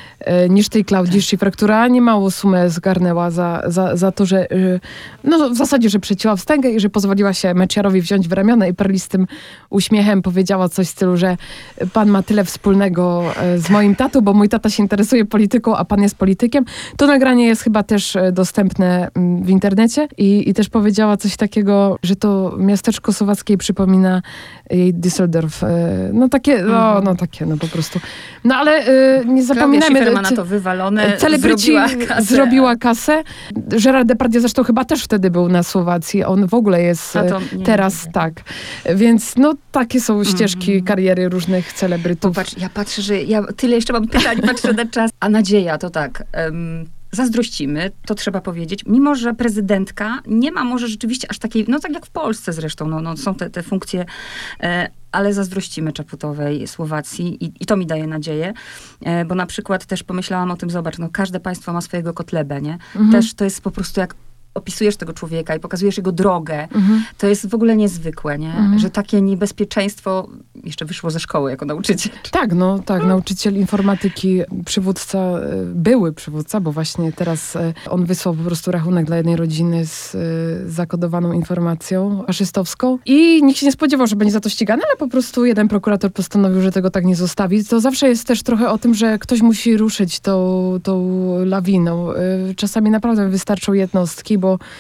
niż tej Klaudii Schiffer, która niemałą sumę zgarnęła za, za, za to, że no w zasadzie, że przecięła wstęgę i że pozwoliła się Mečiarowi wziąć w ramiona i perlistym uśmiechem powiedziała coś w stylu, że pan ma tyle wspólnego z moim tatą, bo mój tata się interesuje polityką, a pan jest politykiem. To nagranie jest chyba też dostępne w internecie i, i też powiedziała coś takiego, że to miasteczko słowackie przypomina jej Düsseldorf. No takie, no, no takie, no po prostu. No ale nie zapominajmy, ma na to wywalone, celebryci zrobiła kasę. zrobiła kasę. Gerard Depardieu zresztą chyba też wtedy był na Słowacji. On w ogóle jest nie, teraz nie, nie. tak. Więc no takie są ścieżki mm. kariery różnych celebrytów. Popatrz, ja patrzę, że ja tyle jeszcze mam pytań, patrzę na czas. A nadzieja to tak... Um, zazdrościmy, to trzeba powiedzieć, mimo że prezydentka nie ma może rzeczywiście aż takiej, no tak jak w Polsce zresztą, no, no są te, te funkcje, e, ale zazdrościmy Čaputovej Słowacji i, i to mi daje nadzieję, e, bo na przykład też pomyślałam o tym, zobacz, no każde państwo ma swojego Kotlebę, nie? Mhm. Też to jest po prostu jak opisujesz tego człowieka i pokazujesz jego drogę, mhm. to jest w ogóle niezwykłe, nie? Mhm. Że takie niebezpieczeństwo jeszcze wyszło ze szkoły jako nauczyciel. Tak, no tak, hmm. nauczyciel informatyki, przywódca, były przywódca, bo właśnie teraz on wysłał po prostu rachunek dla jednej rodziny z zakodowaną informacją faszystowską i nikt się nie spodziewał, że będzie za to ścigany, ale po prostu jeden prokurator postanowił, że tego tak nie zostawi. To zawsze jest też trochę o tym, że ktoś musi ruszyć tą, tą lawiną. Czasami naprawdę wystarczą jednostki, bo Bo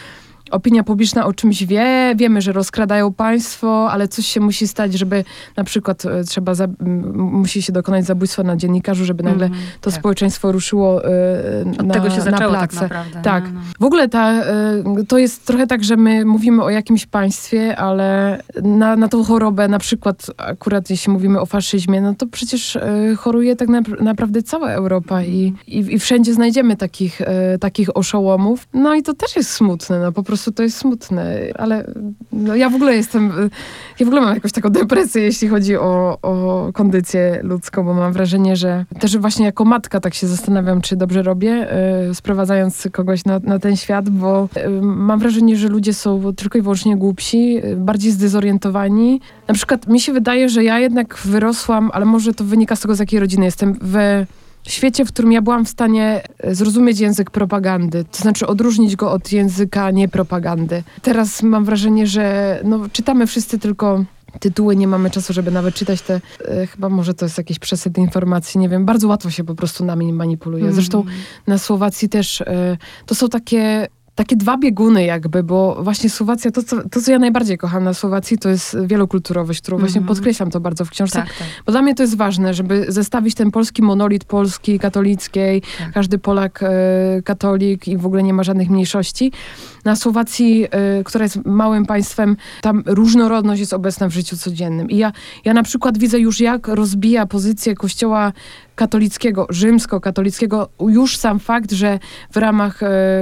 opinia publiczna o czymś wie, wiemy, że rozkradają państwo, ale coś się musi stać, żeby na przykład e, trzeba, za, m, musi się dokonać zabójstwa na dziennikarzu, żeby nagle mm, to tak. społeczeństwo ruszyło e, Od na, tego się zaczęło na tak place. naprawdę. Tak. No, no. W ogóle ta, e, to jest trochę tak, że my mówimy o jakimś państwie, ale na, na tą chorobę, na przykład akurat jeśli mówimy o faszyzmie, no to przecież e, choruje tak na, naprawdę cała Europa i, i, i wszędzie znajdziemy takich, e, takich oszołomów. No i to też jest smutne, no po prostu to jest smutne, ale no, ja w ogóle jestem, ja w ogóle mam jakąś taką depresję, jeśli chodzi o, o kondycję ludzką, bo mam wrażenie, że też właśnie jako matka tak się zastanawiam, czy dobrze robię, e, sprowadzając kogoś na, na ten świat, bo e, mam wrażenie, że ludzie są tylko i wyłącznie głupsi, e, bardziej zdezorientowani. Na przykład mi się wydaje, że ja jednak wyrosłam, ale może to wynika z tego, z jakiej rodziny jestem, w świecie, w którym ja byłam w stanie zrozumieć język propagandy, to znaczy odróżnić go od języka niepropagandy. Teraz mam wrażenie, że no, czytamy wszyscy tylko tytuły, nie mamy czasu, żeby nawet czytać te, e, chyba może to jest jakiś przesyt informacji, nie wiem, bardzo łatwo się po prostu nami manipuluje. Zresztą mm. na Słowacji też e, to są takie Takie dwa bieguny jakby, bo właśnie Słowacja, to co, to co ja najbardziej kocham na Słowacji, to jest wielokulturowość, którą właśnie mm-hmm. podkreślam to bardzo w książce. Tak, tak. Bo dla mnie to jest ważne, żeby zestawić ten polski monolit Polski katolickiej, tak. każdy Polak e, katolik i w ogóle nie ma żadnych mniejszości. Na Słowacji, e, która jest małym państwem, tam różnorodność jest obecna w życiu codziennym. I ja, ja na przykład widzę już, jak rozbija pozycję kościoła katolickiego, rzymskokatolickiego, już sam fakt, że w ramach,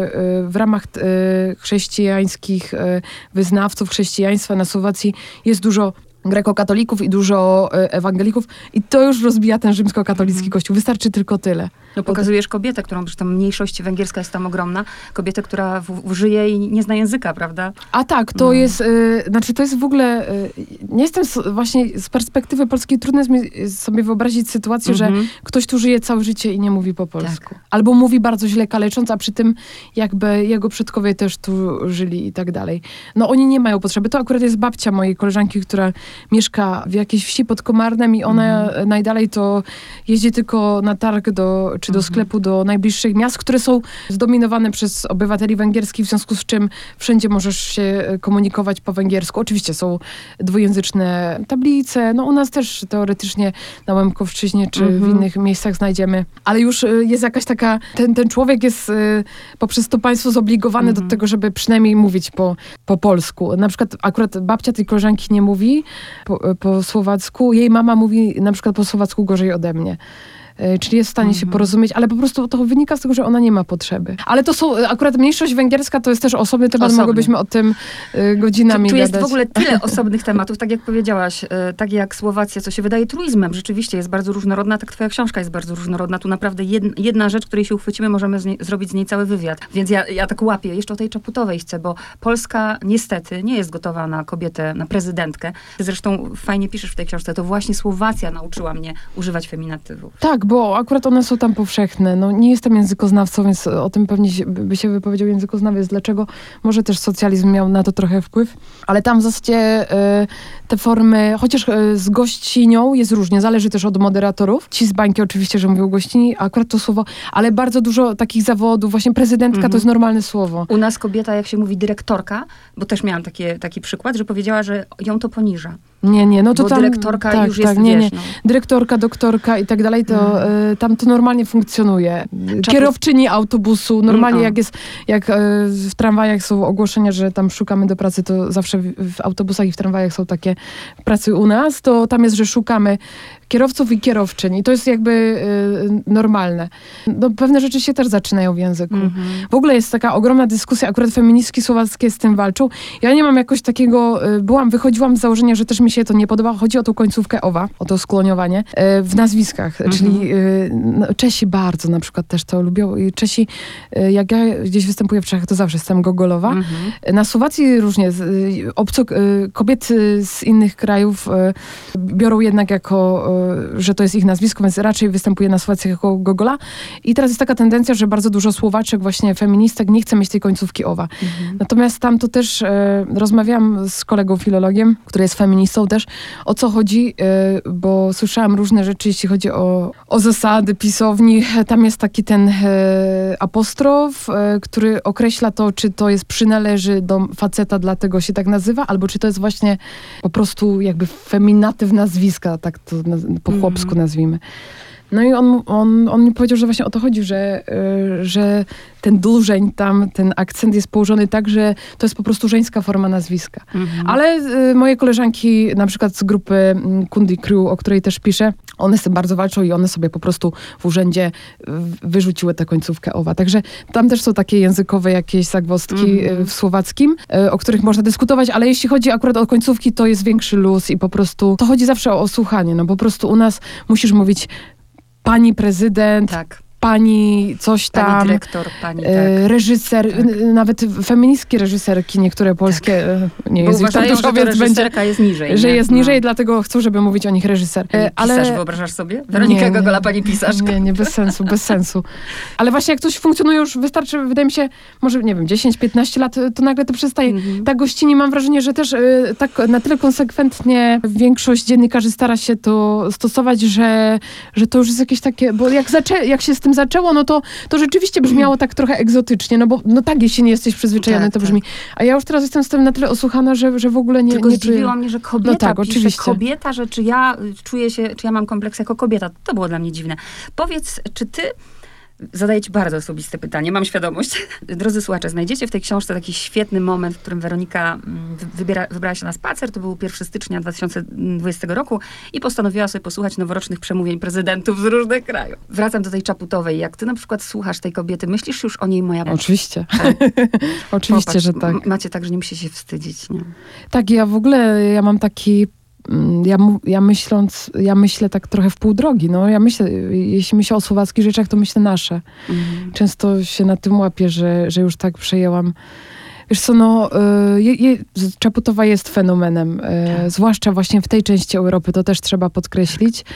w ramach chrześcijańskich wyznawców chrześcijaństwa na Słowacji jest dużo grekokatolików i dużo ewangelików i to już rozbija ten rzymskokatolicki kościół. Wystarczy tylko tyle. No pokazujesz kobietę, którą zresztą mniejszość węgierska jest tam ogromna. Kobietę, która w, w żyje i nie zna języka, prawda? A tak, to no. jest, y, znaczy to jest w ogóle, y, nie jestem z, właśnie z perspektywy polskiej, trudno jest mi sobie wyobrazić sytuację, mm-hmm. że ktoś tu żyje całe życie i nie mówi po polsku. Tak. Albo mówi bardzo źle kalecząc, a przy tym jakby jego przodkowie też tu żyli i tak dalej. No oni nie mają potrzeby. To akurat jest babcia mojej koleżanki, która mieszka w jakiejś wsi pod Komarnem i ona mm-hmm. najdalej to jeździ tylko na targ do czy do sklepu, do najbliższych miast, które są zdominowane przez obywateli węgierskich, w związku z czym wszędzie możesz się komunikować po węgiersku. Oczywiście są dwujęzyczne tablice, no u nas też teoretycznie na Łemkowszczyźnie czy mm-hmm. w innych miejscach znajdziemy, ale już jest jakaś taka, ten, ten człowiek jest poprzez to państwo zobligowany mm-hmm. do tego, żeby przynajmniej mówić po, po polsku. Na przykład akurat babcia tej koleżanki nie mówi po, po słowacku, jej mama mówi na przykład po słowacku gorzej ode mnie. Czyli jest w stanie mm-hmm. się porozumieć, ale po prostu to wynika z tego, że ona nie ma potrzeby. Ale to są, akurat mniejszość węgierska to jest też osobny temat, Osobny. mogłybyśmy o tym y, godzinami tu, tu gadać. Tu jest w ogóle tyle osobnych tematów, tak jak powiedziałaś, y, tak jak Słowacja, co się wydaje truizmem, rzeczywiście jest bardzo różnorodna, tak twoja książka jest bardzo różnorodna. Tu naprawdę jedna, jedna rzecz, której się uchwycimy, możemy z nie, zrobić z niej cały wywiad. Więc ja, ja tak łapię, jeszcze o tej Czaputowej chcę, bo Polska niestety nie jest gotowa na kobietę, na prezydentkę. Ty zresztą fajnie piszesz w tej książce, to właśnie Słowacja nauczyła mnie używać feminatywów. Tak, bo akurat one są tam powszechne. No, nie jestem językoznawcą, więc o tym pewnie się, by się wypowiedział językoznawiec. Dlaczego? Może też socjalizm miał na to trochę wpływ. Ale tam w zasadzie y, te formy, chociaż y, z gościnią jest różnie, zależy też od moderatorów. Ci z bańki oczywiście, że mówią gościni, a akurat to słowo, ale bardzo dużo takich zawodów, właśnie prezydentka mhm. to jest normalne słowo. U nas kobieta, jak się mówi dyrektorka, bo też miałam takie, taki przykład, że powiedziała, że ją to poniża. Nie, nie, no to bo tam... dyrektorka tak, już tak, jest, nie, wiesz, nie. no. Dyrektorka, doktorka i tak dalej, to hmm. y, tam to normalnie funkcjonuje. Czapy... Kierowczyni autobusu, normalnie hmm. jak jest, jak y, w tramwajach są ogłoszenia, że tam szukamy do pracy, to zawsze w, w autobusach i w tramwajach są takie pracy u nas, to tam jest, że szukamy kierowców i kierowczyń. I to jest jakby y, normalne. No, pewne rzeczy się też zaczynają w języku. Mm-hmm. W ogóle jest taka ogromna dyskusja, akurat feministki słowackie z tym walczą. Ja nie mam jakoś takiego, y, byłam, wychodziłam z założenia, że też mi się to nie podoba. Chodzi o tą końcówkę owa, o to skloniowanie y, w nazwiskach. Mm-hmm. Czyli y, no, Czesi bardzo na przykład też to lubią. I Czesi, y, jak ja gdzieś występuję w Czechach, to zawsze jestem gogolowa. Mm-hmm. Na Słowacji różnie. Y, obco, y, kobiety z innych krajów y, biorą jednak jako że to jest ich nazwisko, więc raczej występuje na Słowacjach jako Gogola. I teraz jest taka tendencja, że bardzo dużo Słowaczek, właśnie feministek, nie chce mieć tej końcówki owa. Mhm. Natomiast tam to też e, rozmawiałam z kolegą filologiem, który jest feministą też, o co chodzi, e, bo słyszałam różne rzeczy, jeśli chodzi o, o zasady pisowni. Tam jest taki ten e, apostrof, e, który określa to, czy to jest przynależy do faceta, dlatego się tak nazywa, albo czy to jest właśnie po prostu jakby feminatyw nazwiska, tak to po chłopsku mm. nazwijmy. No i on, on, on mi powiedział, że właśnie o to chodzi, że, yy, że ten dłużeń tam, ten akcent jest położony tak, że to jest po prostu żeńska forma nazwiska. Mm-hmm. Ale yy, moje koleżanki, na przykład z grupy yy, Kundi Crew, o której też piszę, one z tym bardzo walczą i one sobie po prostu w urzędzie yy, wyrzuciły tę końcówkę owa. Także tam też są takie językowe jakieś zagwozdki mm-hmm. yy, w słowackim, yy, o których można dyskutować, ale jeśli chodzi akurat o końcówki, to jest większy luz i po prostu to chodzi zawsze o słuchanie. No po prostu u nas musisz mówić pani prezydent, tak. pani coś tam. Pani dyrektor, pani tak. reżyser, tak. nawet feministki reżyserki, niektóre polskie, tak. nie Bo jest uważają, tak dużo, że więc reżyserka będzie, jest niżej. że nie? jest niżej, no. dlatego chcą, żeby mówić o nich reżyser. Pisarz, ale wyobrażasz sobie? Weronika Gogola, pani pisarz. Nie, nie, bez sensu, bez sensu. Ale właśnie jak ktoś funkcjonuje już, wystarczy, wydaje mi się, może, nie wiem, dziesięć piętnaście lat, to nagle to przestaje. Mhm. Tak gościni mam wrażenie, że też y, tak na tyle konsekwentnie większość dziennikarzy stara się to stosować, że, że to już jest jakieś takie, bo jak, zaczę, jak się z tym zaczęło, no to, to rzeczywiście brzmiało tak trochę egzotycznie, no bo no tak, jeśli nie jesteś przyzwyczajony, tak, to brzmi. Tak. A ja już teraz jestem z tym na tyle osłuchana, że, że w ogóle nie... Tylko nie zdziwiło czuję. mnie, że kobieta no tak, pisze, oczywiście. kobieta, że czy ja czuję się, czy ja mam kompleks jako kobieta. To było dla mnie dziwne. Powiedz, czy ty... Zadaję ci bardzo osobiste pytanie, mam świadomość. Drodzy słuchacze, znajdziecie w tej książce taki świetny moment, w którym Weronika wybiera, wybrała się na spacer. To był pierwszego stycznia dwa tysiące dwudziestego roku i postanowiła sobie posłuchać noworocznych przemówień prezydentów z różnych krajów. Wracam do tej Czaputowej. Jak ty na przykład słuchasz tej kobiety, myślisz już o niej moja... Oczywiście. Tak. Oczywiście, Popatrz, że tak. Macie tak, że nie musicie się wstydzić. Nie? Tak, ja w ogóle, ja mam taki... Ja, ja myśląc, ja myślę tak trochę w pół drogi, no ja myślę, jeśli myślę o słowackich rzeczach, to myślę nasze. Mhm. Często się na tym łapię, że, że już tak przejęłam. Wiesz co, no, je, je, Czaputowa jest fenomenem, tak. zwłaszcza właśnie w tej części Europy, to też trzeba podkreślić.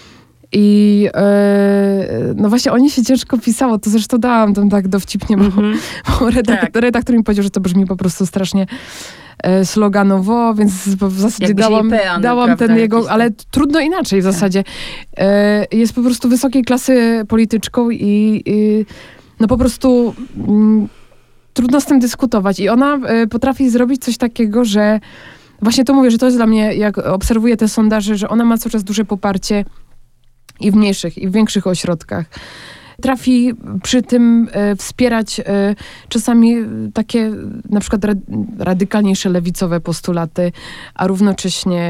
I e, no właśnie o niej się ciężko pisało, to zresztą dałam tam tak dowcipnie, bo, mm-hmm. bo redaktor, tak. redaktor mi powiedział, że to brzmi po prostu strasznie e, sloganowo, więc w zasadzie Jakbyś dałam, pean, dałam prawda, ten jego, ale trudno inaczej w zasadzie. E, jest po prostu wysokiej klasy polityczką i, i no po prostu m, trudno z tym dyskutować. I ona e, potrafi zrobić coś takiego, że właśnie to mówię, że to jest dla mnie, jak obserwuję te sondaże, że ona ma cały czas duże poparcie i w mniejszych, i w większych ośrodkach. Trafi przy tym e, wspierać e, czasami takie na przykład ra, radykalniejsze lewicowe postulaty, a równocześnie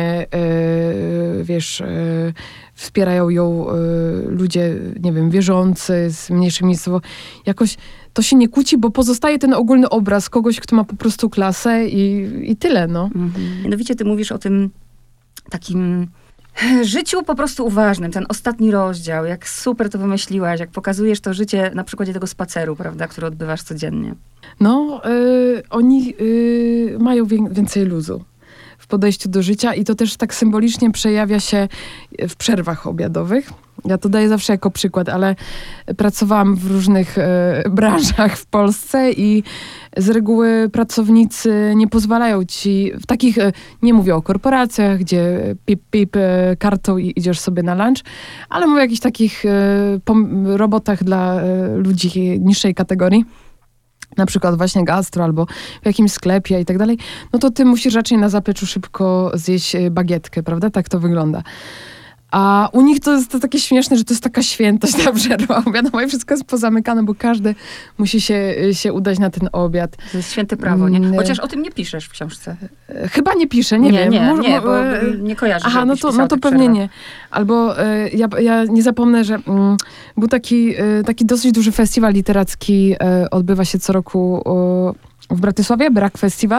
e, wiesz, e, wspierają ją e, ludzie, nie wiem, wierzący z mniejszych miejscowości. Jakoś to się nie kłóci, bo pozostaje ten ogólny obraz kogoś, kto ma po prostu klasę i, i tyle, no. Mhm. Mianowicie ty mówisz o tym takim życiu po prostu uważnym, ten ostatni rozdział, jak super to wymyśliłaś, jak pokazujesz to życie na przykładzie tego spaceru, prawda, który odbywasz codziennie. No, yy, oni yy, mają wię- więcej luzu w podejściu do życia i to też tak symbolicznie przejawia się w przerwach obiadowych. Ja to daję zawsze jako przykład, ale pracowałam w różnych e, branżach w Polsce i z reguły pracownicy nie pozwalają ci, w takich, e, nie mówię o korporacjach, gdzie pip, pip e, kartą i idziesz sobie na lunch, ale mówię o jakichś takich e, pom- robotach dla e, ludzi niższej kategorii. Na przykład właśnie gastro albo w jakimś sklepie i tak dalej, no to ty musisz raczej na zapleczu szybko zjeść bagietkę, prawda? Tak to wygląda. A u nich to jest to takie śmieszne, że to jest taka świętość ta przerwa obiadowa i wszystko jest pozamykane, bo każdy musi się, się udać na ten obiad. To jest święte prawo, nie? Chociaż o tym nie piszesz w książce. Chyba nie piszę, nie, nie wiem. Nie, Może, nie, bo nie kojarzę. Aha, no to, no to pewnie nie. Albo y, ja, ja nie zapomnę, że y, był taki, y, taki dosyć duży festiwal literacki, y, odbywa się co roku y, w Bratysławie, Brak Festiwal.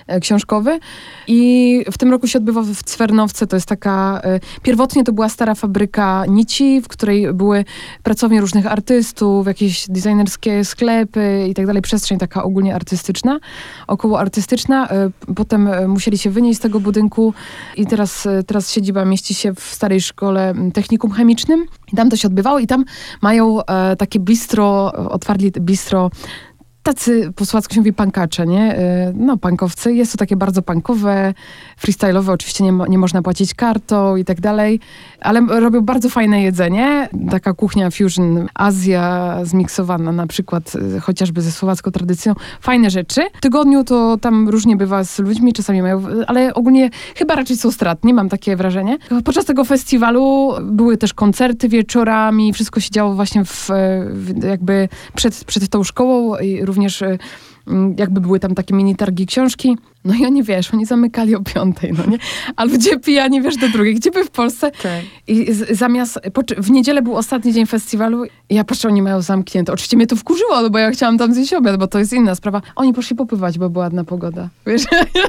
książkowy. I w tym roku się odbywa w Cwernowce. To jest taka... Pierwotnie to była stara fabryka nici, w której były pracownie różnych artystów, jakieś designerskie sklepy i tak dalej. Przestrzeń taka ogólnie artystyczna, około artystyczna. Potem musieli się wynieść z tego budynku i teraz, teraz siedziba mieści się w starej szkole technikum chemicznym. I tam to się odbywało i tam mają e, takie bistro, otwarli bistro, tacy po słowacku się mówi pankacze, nie? No, punkowcy. Jest to takie bardzo punkowe, freestyle'owe. Oczywiście nie, mo- nie można płacić kartą i tak dalej, ale robią bardzo fajne jedzenie. Taka kuchnia fusion, Azja zmiksowana na przykład chociażby ze słowacką tradycją. Fajne rzeczy. W tygodniu to tam różnie bywa z ludźmi, czasami mają, ale ogólnie chyba raczej są stratni, mam takie wrażenie. Podczas tego festiwalu były też koncerty wieczorami, wszystko się działo właśnie w, w jakby przed, przed tą szkołą i również jakby były tam takie mini targi książki. No i oni, wiesz, oni zamykali o piątej, no nie? A ludzie pijani, wiesz, do drugiej. Gdzie by w Polsce? Tak. I z, zamiast... W niedzielę był ostatni dzień festiwalu i ja patrzę, oni mają zamknięte. Oczywiście mnie to wkurzyło, no bo ja chciałam tam zjeść obiad, bo to jest inna sprawa. Oni poszli popływać, bo była ładna pogoda. Wiesz?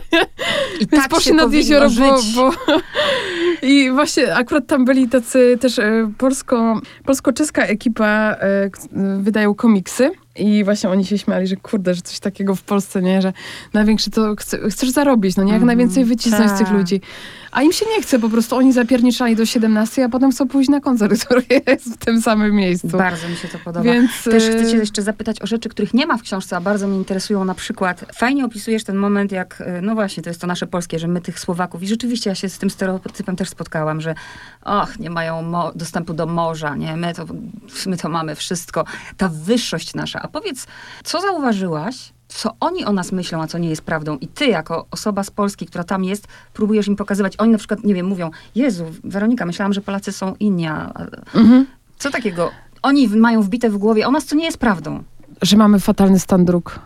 I Więc tak poszli się nad jezioro, bo, żyć. bo... I właśnie akurat tam byli tacy też e, polsko, polsko-czeska ekipa, e, wydają komiksy. I właśnie oni się śmiali, że kurde, że coś takiego w Polsce, nie, że największy to chce, chcesz zarobić, no nie, jak mm, najwięcej wycisnąć z tych ludzi. A im się nie chce, po prostu oni zapierniczali do siedemnastej, a potem chcą pójść na koncert, który jest w tym samym miejscu. Bardzo mi się to podoba. Więc... Też chcę cię jeszcze zapytać o rzeczy, których nie ma w książce, a bardzo mnie interesują. Na przykład fajnie opisujesz ten moment, jak, no właśnie, to jest to nasze polskie, że my tych Słowaków, i rzeczywiście ja się z tym stereotypem też spotkałam, że och, nie mają mo- dostępu do morza, nie, my to, my to mamy wszystko. Ta wyższość nasza. A powiedz, co zauważyłaś, co oni o nas myślą, a co nie jest prawdą. I ty, jako osoba z Polski, która tam jest, próbujesz im pokazywać. Oni na przykład, nie wiem, mówią, Jezu, Weronika, myślałam, że Polacy są inni. Mhm. Co takiego? Oni mają wbite w głowie o nas, co nie jest prawdą. Że mamy fatalny stan dróg.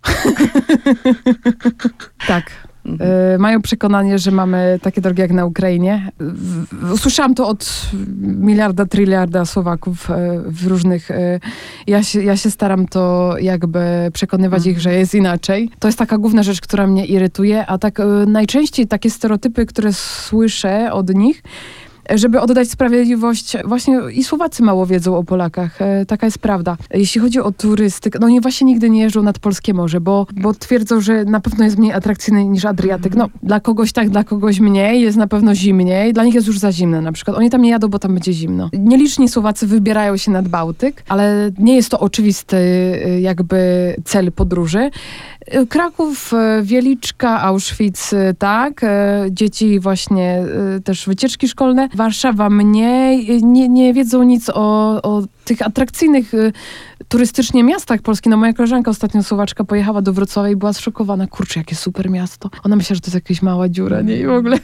Tak. Mhm. Y, mają przekonanie, że mamy takie drogi jak na Ukrainie. W, usłyszałam to od miliarda, tryliarda Słowaków y, w różnych... Y, ja, się, ja się staram to jakby przekonywać mhm. ich, że jest inaczej. To jest taka główna rzecz, która mnie irytuje, a tak y, najczęściej takie stereotypy, które słyszę od nich, żeby oddać sprawiedliwość, właśnie i Słowacy mało wiedzą o Polakach. E, taka jest prawda. Jeśli chodzi o turystykę, no oni właśnie nigdy nie jeżdżą nad polskie morze, bo, bo twierdzą, że na pewno jest mniej atrakcyjny niż Adriatyk. No, dla kogoś tak, dla kogoś mniej, jest na pewno zimniej. Dla nich jest już za zimne na przykład. Oni tam nie jadą, bo tam będzie zimno. Nieliczni Słowacy wybierają się nad Bałtyk, ale nie jest to oczywisty jakby cel podróży. Kraków, Wieliczka, Auschwitz, tak. Dzieci właśnie też wycieczki szkolne. Warszawa mniej. Nie, nie wiedzą nic o, o tych atrakcyjnych turystycznie miastach Polski. No moja koleżanka ostatnio Słowaczka pojechała do Wrocławia i była zszokowana. Kurczę, jakie super miasto. Ona myślała, że to jest jakaś mała dziura, nie? I w ogóle.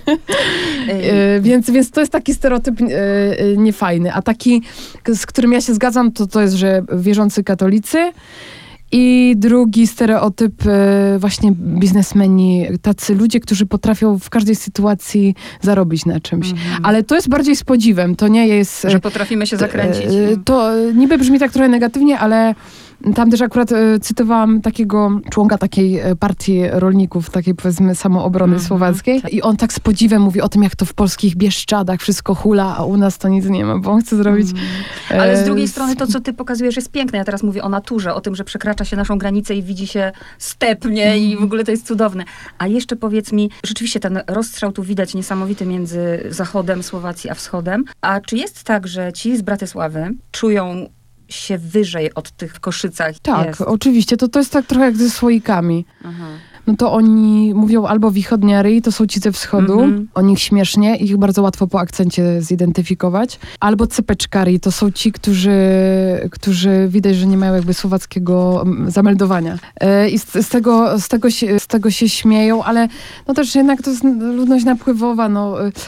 więc, więc to jest taki stereotyp niefajny. A taki, z którym ja się zgadzam, to to jest, że wierzący katolicy. I drugi stereotyp, właśnie biznesmeni, tacy ludzie, którzy potrafią w każdej sytuacji zarobić na czymś. Mm-hmm. Ale to jest bardziej z podziwem, to nie jest... Że potrafimy się zakręcić. To niby brzmi tak trochę negatywnie, ale tam też akurat e, cytowałam takiego członka takiej partii rolników, takiej powiedzmy samoobrony mm-hmm. słowackiej. I on tak z podziwem mówi o tym, jak to w polskich Bieszczadach wszystko hula, a u nas to nic nie ma, bo on chce zrobić... Mm. E, Ale z drugiej strony to, co ty pokazujesz, jest piękne. Ja teraz mówię o naturze, o tym, że przekracza się naszą granicę i widzi się stepnie mm. i w ogóle to jest cudowne. A jeszcze powiedz mi, rzeczywiście ten rozstrzał tu widać niesamowity między zachodem Słowacji a wschodem. A czy jest tak, że ci z Bratysławy czują się wyżej od tych w Koszycach? Tak, jest. Oczywiście. To, to jest tak trochę jak ze słoikami. Aha. No to oni mówią albo wichodniary, to są ci ze wschodu, mm-hmm. o nich śmiesznie, ich bardzo łatwo po akcencie zidentyfikować. Albo cepeczkari, to są ci, którzy, którzy widać, że nie mają jakby słowackiego zameldowania. E, I z, z, tego, z, tego się, z tego się śmieją, ale no też jednak to jest ludność napływowa, no...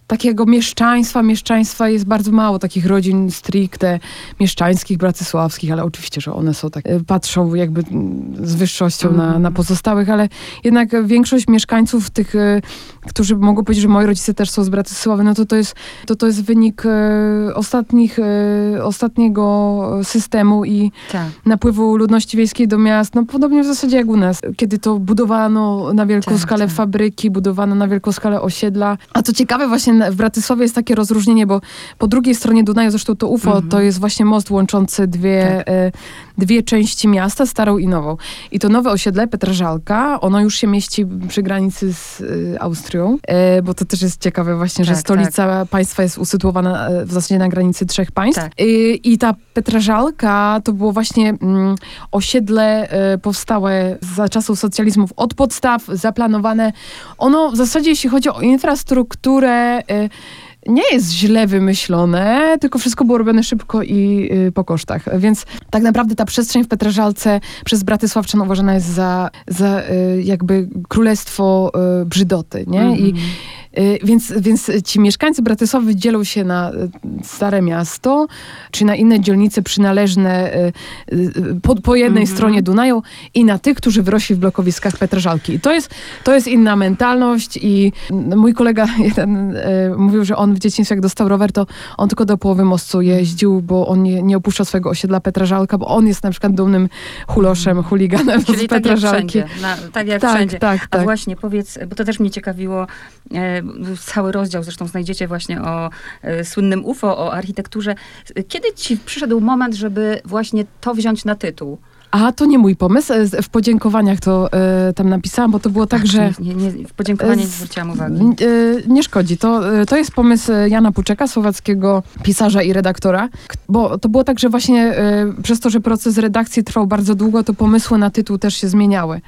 takiego mieszczaństwa, mieszczaństwa jest bardzo mało, takich rodzin stricte mieszczańskich, bratysławskich, ale oczywiście, że one są tak, patrzą jakby z wyższością mm. na, na pozostałych, ale jednak większość mieszkańców tych, którzy mogą powiedzieć, że moi rodzice też są z Bratysławy, no to to jest, to, to jest wynik e, ostatnich, e, ostatniego systemu i tak. napływu ludności wiejskiej do miast, no podobnie w zasadzie jak u nas, kiedy to budowano na wielką tak, skalę tak. fabryki, budowano na wielką skalę osiedla. A co ciekawe, właśnie w Bratysławie jest takie rozróżnienie, bo po drugiej stronie Dunaju, zresztą to U F O, mhm. to jest właśnie most łączący dwie, tak. e, dwie części miasta, starą i nową. I to nowe osiedle, Petržalka, ono już się mieści przy granicy z e, Austrią, e, bo to też jest ciekawe właśnie, tak, że stolica tak. państwa jest usytuowana e, w zasadzie na granicy trzech państw. Tak. E, I ta Petržalka to było właśnie mm, osiedle e, powstałe za czasów socjalizmów od podstaw, zaplanowane. Ono w zasadzie, jeśli chodzi o infrastrukturę, e, nie jest źle wymyślone, tylko wszystko było robione szybko i y, po kosztach. Więc tak naprawdę ta przestrzeń w Petržalce przez Bratysławczan uważana jest za, za y, jakby królestwo y, brzydoty, nie? Mm-hmm. I y, więc, więc ci mieszkańcy Bratysławy dzielą się na y, Stare Miasto, czy na inne dzielnice przynależne y, y, po, po jednej mm-hmm. stronie Dunaju i na tych, którzy wyrośli w blokowiskach Petržalki. I to jest, to jest inna mentalność i mój kolega jeden y, mówił, że on w dzieciństwie, jak dostał rower, to on tylko do połowy mostu jeździł, bo on nie, nie opuszczał swojego osiedla Petržalka, bo on jest na przykład dumnym chuloszem, chuliganem Czyli z Petržalki. Tak jak wszędzie. Na, tak jak tak, wszędzie. Tak, A tak. właśnie powiedz, bo to też mnie ciekawiło, e, cały rozdział zresztą znajdziecie właśnie o e, słynnym U F O, o architekturze. Kiedy ci przyszedł moment, żeby właśnie to wziąć na tytuł? A to nie mój pomysł. W podziękowaniach to y, tam napisałam, bo to było tak, Ach, że... Nie, nie, w podziękowaniach nie zwróciłam uwagi. Y, nie szkodzi. To, y, to jest pomysł Jana Puczeka, słowackiego pisarza i redaktora. Bo to było tak, że właśnie y, przez to, że proces redakcji trwał bardzo długo, to pomysły na tytuł też się zmieniały.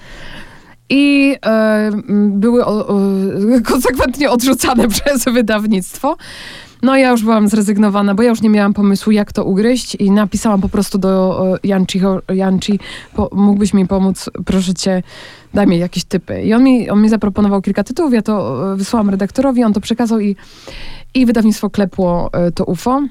I y, były o, y, konsekwentnie odrzucane przez wydawnictwo. No ja już byłam zrezygnowana, bo ja już nie miałam pomysłu, jak to ugryźć i napisałam po prostu do Jančiho, Janči, po, mógłbyś mi pomóc, proszę cię, daj mi jakieś typy. I on mi, on mi zaproponował kilka tytułów, ja to wysłałam redaktorowi, on to przekazał i, i wydawnictwo klepło to U F O.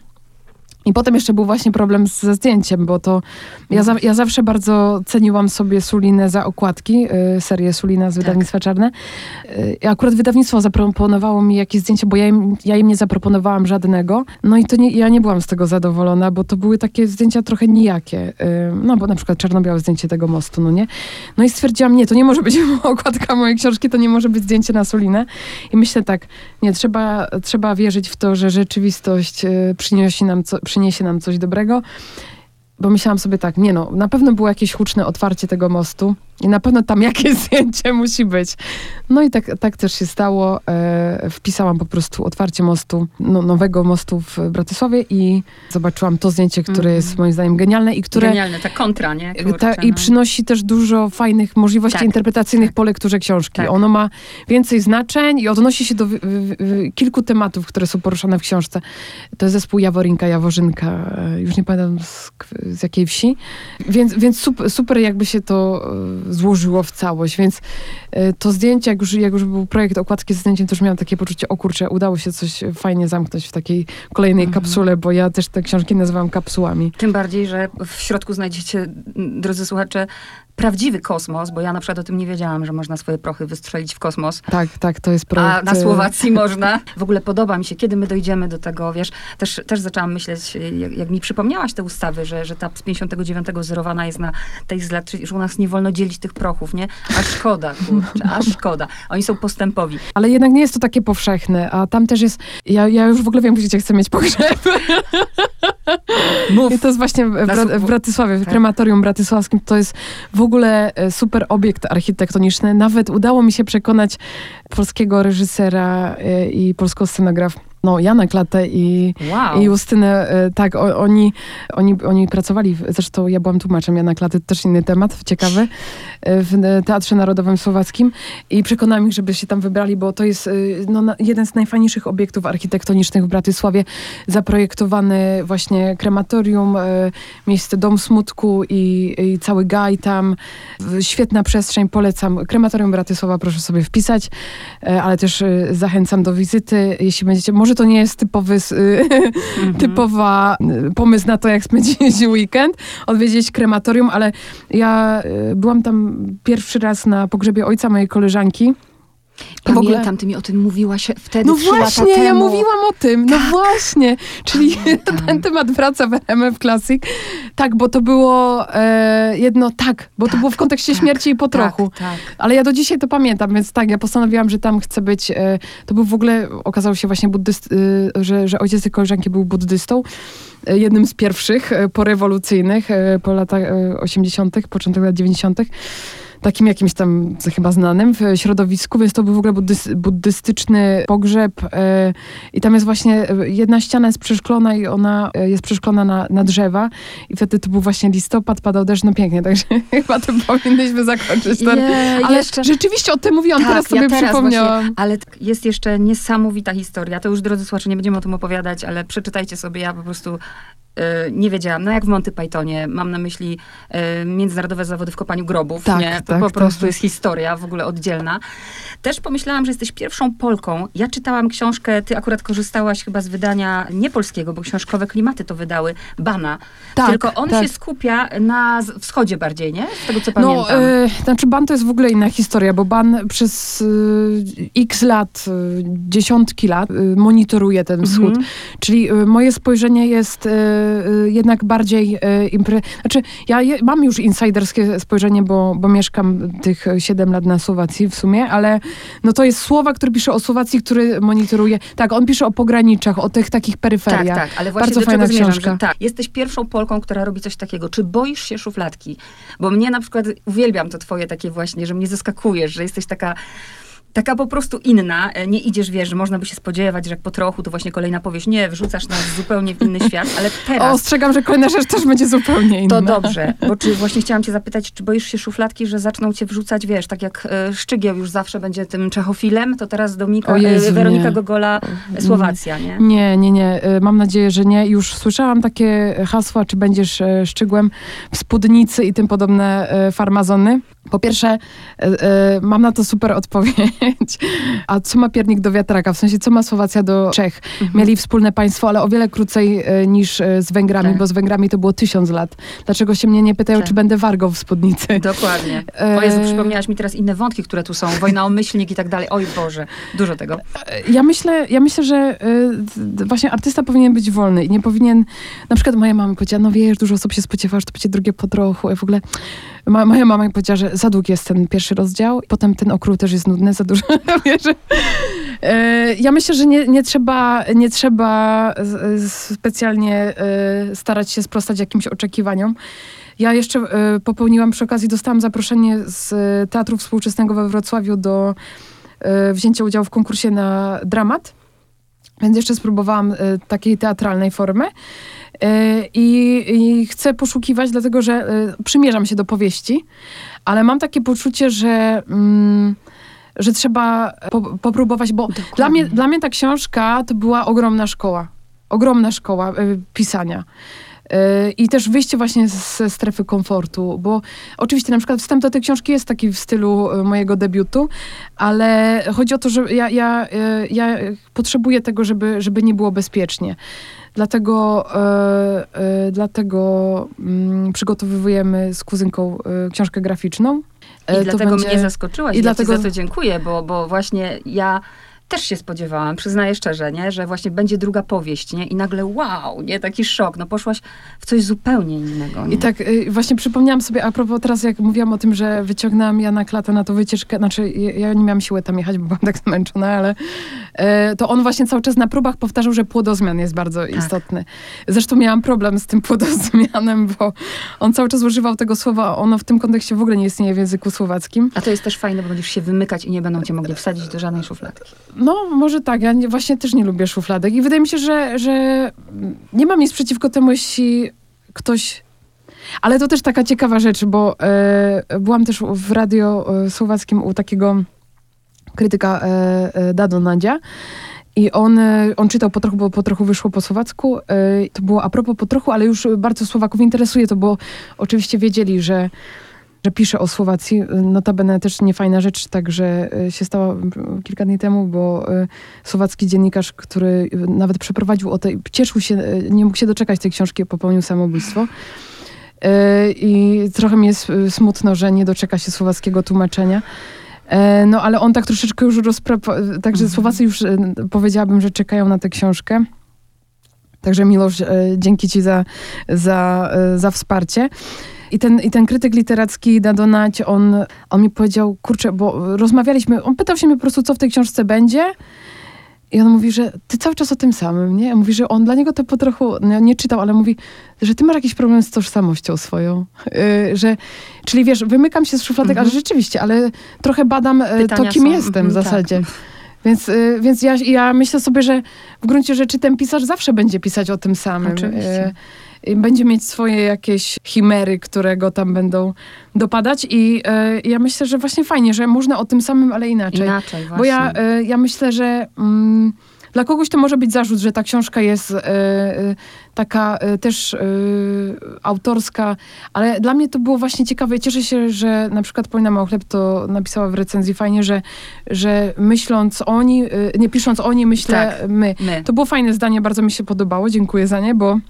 I potem jeszcze był właśnie problem ze zdjęciem, bo to ja, za, ja zawsze bardzo ceniłam sobie Sulinę za okładki, y, serię Sulina z wydawnictwa tak. Czarne. Y, akurat wydawnictwo zaproponowało mi jakieś zdjęcie, bo ja im, ja im nie zaproponowałam żadnego. No i to nie, ja nie byłam z tego zadowolona, bo to były takie zdjęcia trochę nijakie. Y, no bo na przykład czarno-białe zdjęcie tego mostu, no nie? No i stwierdziłam, nie, to nie może być okładka mojej książki, to nie może być zdjęcie na Sulinę. I myślę tak, nie, trzeba, trzeba wierzyć w to, że rzeczywistość y, przyniesie nam co, przyniesie nam coś dobrego, bo myślałam sobie tak, nie no, na pewno było jakieś huczne otwarcie tego mostu i na pewno tam jakieś zdjęcie musi być. No i tak, tak też się stało. E, wpisałam po prostu otwarcie mostu, no, nowego mostu w Bratysławie i zobaczyłam to zdjęcie, które mm. jest moim zdaniem genialne i które... Genialne, ta kontra, nie? Kurczę, ta, no. I przynosi też dużo fajnych możliwości tak, interpretacyjnych tak. po lekturze książki. Tak. Ono ma więcej znaczeń i odnosi się do w, w, w, kilku tematów, które są poruszane w książce. To jest zespół Jaworinka, Jaworzynka, już nie pamiętam z, z jakiej wsi. Więc, więc super, super jakby się to złożyło w całość, więc y, to zdjęcie, jak już, jak już był projekt okładki z zdjęciem, to już miałam takie poczucie, o kurczę, udało się coś fajnie zamknąć w takiej kolejnej mhm. kapsule, bo ja też te książki nazywam kapsułami. Tym bardziej, że w środku znajdziecie, drodzy słuchacze, prawdziwy kosmos, bo ja na przykład o tym nie wiedziałam, że można swoje prochy wystrzelić w kosmos. Tak, tak, to jest projekt. A na Słowacji można. W ogóle podoba mi się, kiedy my dojdziemy do tego, wiesz, też, też zaczęłam myśleć, jak, jak mi przypomniałaś te ustawy, że, że ta z pięćdziesiątego dziewiątego zerowana jest na tej z lat, że u nas nie wolno dzielić tych prochów, nie? A szkoda, kurczę, a szkoda. Oni są postępowi. Ale jednak nie jest to takie powszechne, a tam też jest, ja, ja już w ogóle wiem, gdzie chcę mieć pogrzeb. Mów. I to jest właśnie w, Bra- w Bratysławie, w tak. krematorium bratysławskim. To jest w ogóle super obiekt architektoniczny. Nawet udało mi się przekonać polskiego reżysera i polskiego scenograf No, Jana Klatę i, Wow. i Justynę, tak, o, oni, oni, oni pracowali, zresztą ja byłam tłumaczem Jana Klaty, to też inny temat, ciekawy, w Teatrze Narodowym Słowackim i przekonałam ich, żeby się tam wybrali, bo to jest no, jeden z najfajniejszych obiektów architektonicznych w Bratysławie, zaprojektowany właśnie krematorium, miejsce Dom Smutku i, i cały gaj tam, świetna przestrzeń, polecam. Krematorium Bratysława proszę sobie wpisać, ale też zachęcam do wizyty, jeśli będziecie, może to nie jest typowy, mm-hmm. typowa pomysł na to, jak spędzić weekend, odwiedzić krematorium, ale ja byłam tam pierwszy raz na pogrzebie ojca mojej koleżanki. Pamiętam, ogóle... ty mi o tym mówiłaś wtedy, no trzy lata temu. No właśnie, ja mówiłam o tym, no tak. właśnie. Czyli ten temat wraca w R M F Classic. Tak, bo to było e, jedno, tak, bo tak, to było w kontekście tak, śmierci i po trochu. Tak, tak. Ale ja do dzisiaj to pamiętam, więc tak, ja postanowiłam, że tam chcę być. E, to był w ogóle, okazało się właśnie buddyst, e, że, że ojciec tej koleżanki był buddystą. E, jednym z pierwszych e, porewolucyjnych, e, po latach e, osiemdziesiątych, początek lat dziewięćdziesiątych. Takim jakimś tam chyba znanym w środowisku, więc to był w ogóle buddys- buddystyczny pogrzeb e, i tam jest właśnie, jedna ściana jest przeszklona i ona jest przeszklona na, na drzewa i wtedy to był właśnie listopad, padał deszcz, no pięknie, także chyba to powinnyśmy zakończyć ten, Je, ale jeszcze... rzeczywiście o tym mówiłam, tak, teraz sobie ja teraz przypomniałam. Właśnie, ale jest jeszcze niesamowita historia, to już drodzy słuchacze, nie będziemy o tym opowiadać, ale przeczytajcie sobie, ja po prostu nie wiedziałam, no jak w Monty Pythonie, mam na myśli y, międzynarodowe zawody w kopaniu grobów, tak, nie? To tak, po tak, prostu tak. jest historia w ogóle oddzielna. Też pomyślałam, że jesteś pierwszą Polką. Ja czytałam książkę, ty akurat korzystałaś chyba z wydania niepolskiego, bo książkowe klimaty to wydały, Bana. Tak, tylko on tak. się skupia na wschodzie bardziej, nie? Z tego co no, pamiętam. E, znaczy Ban to jest w ogóle inna historia, bo Ban przez e, x lat, e, dziesiątki lat e, monitoruje ten wschód. Mhm. Czyli e, moje spojrzenie jest e, jednak bardziej e, impre... Znaczy, ja je, mam już insiderskie spojrzenie, bo, bo mieszkam tych siedem lat na Słowacji w sumie, ale no to jest Słowak, który pisze o Słowacji, który monitoruje... Tak, on pisze o pograniczach, o tych takich peryferiach. Tak, tak, ale właśnie bardzo do fajna czego zmierzam, książka. że tak, jesteś pierwszą Polką, która robi coś takiego. Czy boisz się szufladki? Bo mnie na przykład, uwielbiam to twoje takie właśnie, że mnie zaskakujesz, że jesteś taka... Taka po prostu inna, nie idziesz, wiesz, że można by się spodziewać, że jak po trochu, to właśnie kolejna powieść, nie, wrzucasz nas zupełnie w inny świat, ale teraz... O, ostrzegam, że kolejna rzecz też będzie zupełnie inna. To dobrze, bo czy właśnie chciałam cię zapytać, czy boisz się szufladki, że zaczną cię wrzucać, wiesz, tak jak e, Szczygieł już zawsze będzie tym czechofilem, to teraz Dominika, Jezu, e, Weronika nie. Gogola, Słowacja, nie? Nie, nie, nie. Mam nadzieję, że nie. Już słyszałam takie hasła, czy będziesz e, Szczygłem w spódnicy i tym podobne e, farmazony. Po pierwsze, e, e, mam na to super odpowiedź. A co ma piernik do wiatraka? W sensie, co ma Słowacja do Czech? Mhm. Mieli wspólne państwo, ale o wiele krócej e, niż e, z Węgrami, tak. bo z Węgrami to było tysiąc lat. Dlaczego się mnie nie pytają, tak. czy będę wargą w spódnicy? Dokładnie. O Jezu, przypomniałaś mi teraz inne wątki, które tu są. Wojna o myślnik i tak dalej. Oj Boże, dużo tego. Ja myślę, ja myślę, że y, właśnie artysta powinien być wolny i nie powinien... Na przykład moja mama mi powiedziała, no wiesz, dużo osób się spodziewa, że to będzie drugie po trochu. Ja w ogóle... Ma, moja mama mi powiedziała, że za długi jest ten pierwszy rozdział, potem ten okruch też jest nudny, za dużo. Wiesz, y, ja myślę, że nie, nie trzeba, nie trzeba specjalnie y, starać się sprostać jakimś oczekiwaniom. Ja jeszcze y, popełniłam przy okazji, dostałam zaproszenie z y, Teatru Współczesnego we Wrocławiu do y, wzięcia udziału w konkursie na dramat. Więc jeszcze spróbowałam y, takiej teatralnej formy. Y, i, I chcę poszukiwać, dlatego że y, przymierzam się do powieści, ale mam takie poczucie, że... Mm, że trzeba po, popróbować, bo dla mnie, dla mnie ta książka to była ogromna szkoła. Ogromna szkoła y, pisania. I też wyjście właśnie ze strefy komfortu, bo oczywiście na przykład wstęp do tej książki jest taki w stylu mojego debiutu, ale chodzi o to, że ja, ja, ja potrzebuję tego, żeby, żeby nie było bezpiecznie. Dlatego, e, e, dlatego mm, przygotowujemy z kuzynką e, książkę graficzną. I dlatego będzie... mnie zaskoczyłaś. I ja dlatego... ci za to dziękuję, bo, bo właśnie ja... też się spodziewałam, przyznaję szczerze, nie? Że właśnie będzie druga powieść, nie? I nagle wow, nie? Taki szok. No poszłaś w coś zupełnie innego. Nie? I tak y, właśnie przypomniałam sobie, a propos teraz jak mówiłam o tym, że wyciągnęłam Jana Klatę na tą wycieczkę, znaczy ja nie miałam siły tam jechać, bo byłam tak zmęczona, ale y, to on właśnie cały czas na próbach powtarzał, że płodozmian jest bardzo tak. istotny. Zresztą miałam problem z tym płodozmianem, bo on cały czas używał tego słowa, a ono w tym kontekście w ogóle nie istnieje w języku słowackim. A to jest też fajne, bo będziesz się wymykać i nie będą cię mogli wsadzić do żadnej szufladki. No, może tak. Ja nie, właśnie też nie lubię szufladek i wydaje mi się, że, że nie mam nic przeciwko temu, jeśli ktoś... Ale to też taka ciekawa rzecz, bo e, byłam też w radio słowackim u takiego krytyka e, e, Dado Nadzia i on, on czytał po trochu, bo po trochu wyszło po słowacku. E, to było a propos po trochu, ale już bardzo Słowaków interesuje to, bo oczywiście wiedzieli, że że pisze o Słowacji. Notabene też niefajna rzecz, także się stała kilka dni temu, bo słowacki dziennikarz, który nawet przeprowadził o tej, cieszył się, nie mógł się doczekać tej książki, popełnił samobójstwo. I trochę mi jest smutno, że nie doczeka się słowackiego tłumaczenia. No ale on tak troszeczkę już rozpra- także mhm. Słowacy już powiedziałabym, że czekają na tę książkę. Także Milosz, dzięki ci za, za, za wsparcie. I ten, I ten krytyk literacki Dado Nać, on, on mi powiedział, kurczę, bo rozmawialiśmy, on pytał się mnie po prostu, co w tej książce będzie i on mówi, że ty cały czas o tym samym, nie? Mówi, że on dla niego to po trochu, nie, nie czytał, ale mówi, że ty masz jakiś problem z tożsamością swoją, yy, że, czyli wiesz, wymykam się z szufladek, mhm. ale rzeczywiście, ale trochę badam Pytania to, kim są. jestem w zasadzie. Tak. Więc, yy, więc ja, ja myślę sobie, że w gruncie rzeczy ten pisarz zawsze będzie pisać o tym samym. Oczywiście. Yy, będzie mieć swoje jakieś chimery, które go tam będą dopadać i e, ja myślę, że właśnie fajnie, że można o tym samym, ale inaczej. Inaczej, właśnie. Bo ja, e, ja myślę, że mm, dla kogoś to może być zarzut, że ta książka jest e, e, taka e, też e, autorska, ale dla mnie to było właśnie ciekawe. Cieszę się, że na przykład Paulina Małchleb to napisała w recenzji fajnie, że, że myśląc oni, e, nie pisząc oni, myślę tak, my. my. To było fajne zdanie, bardzo mi się podobało, dziękuję za nie, bo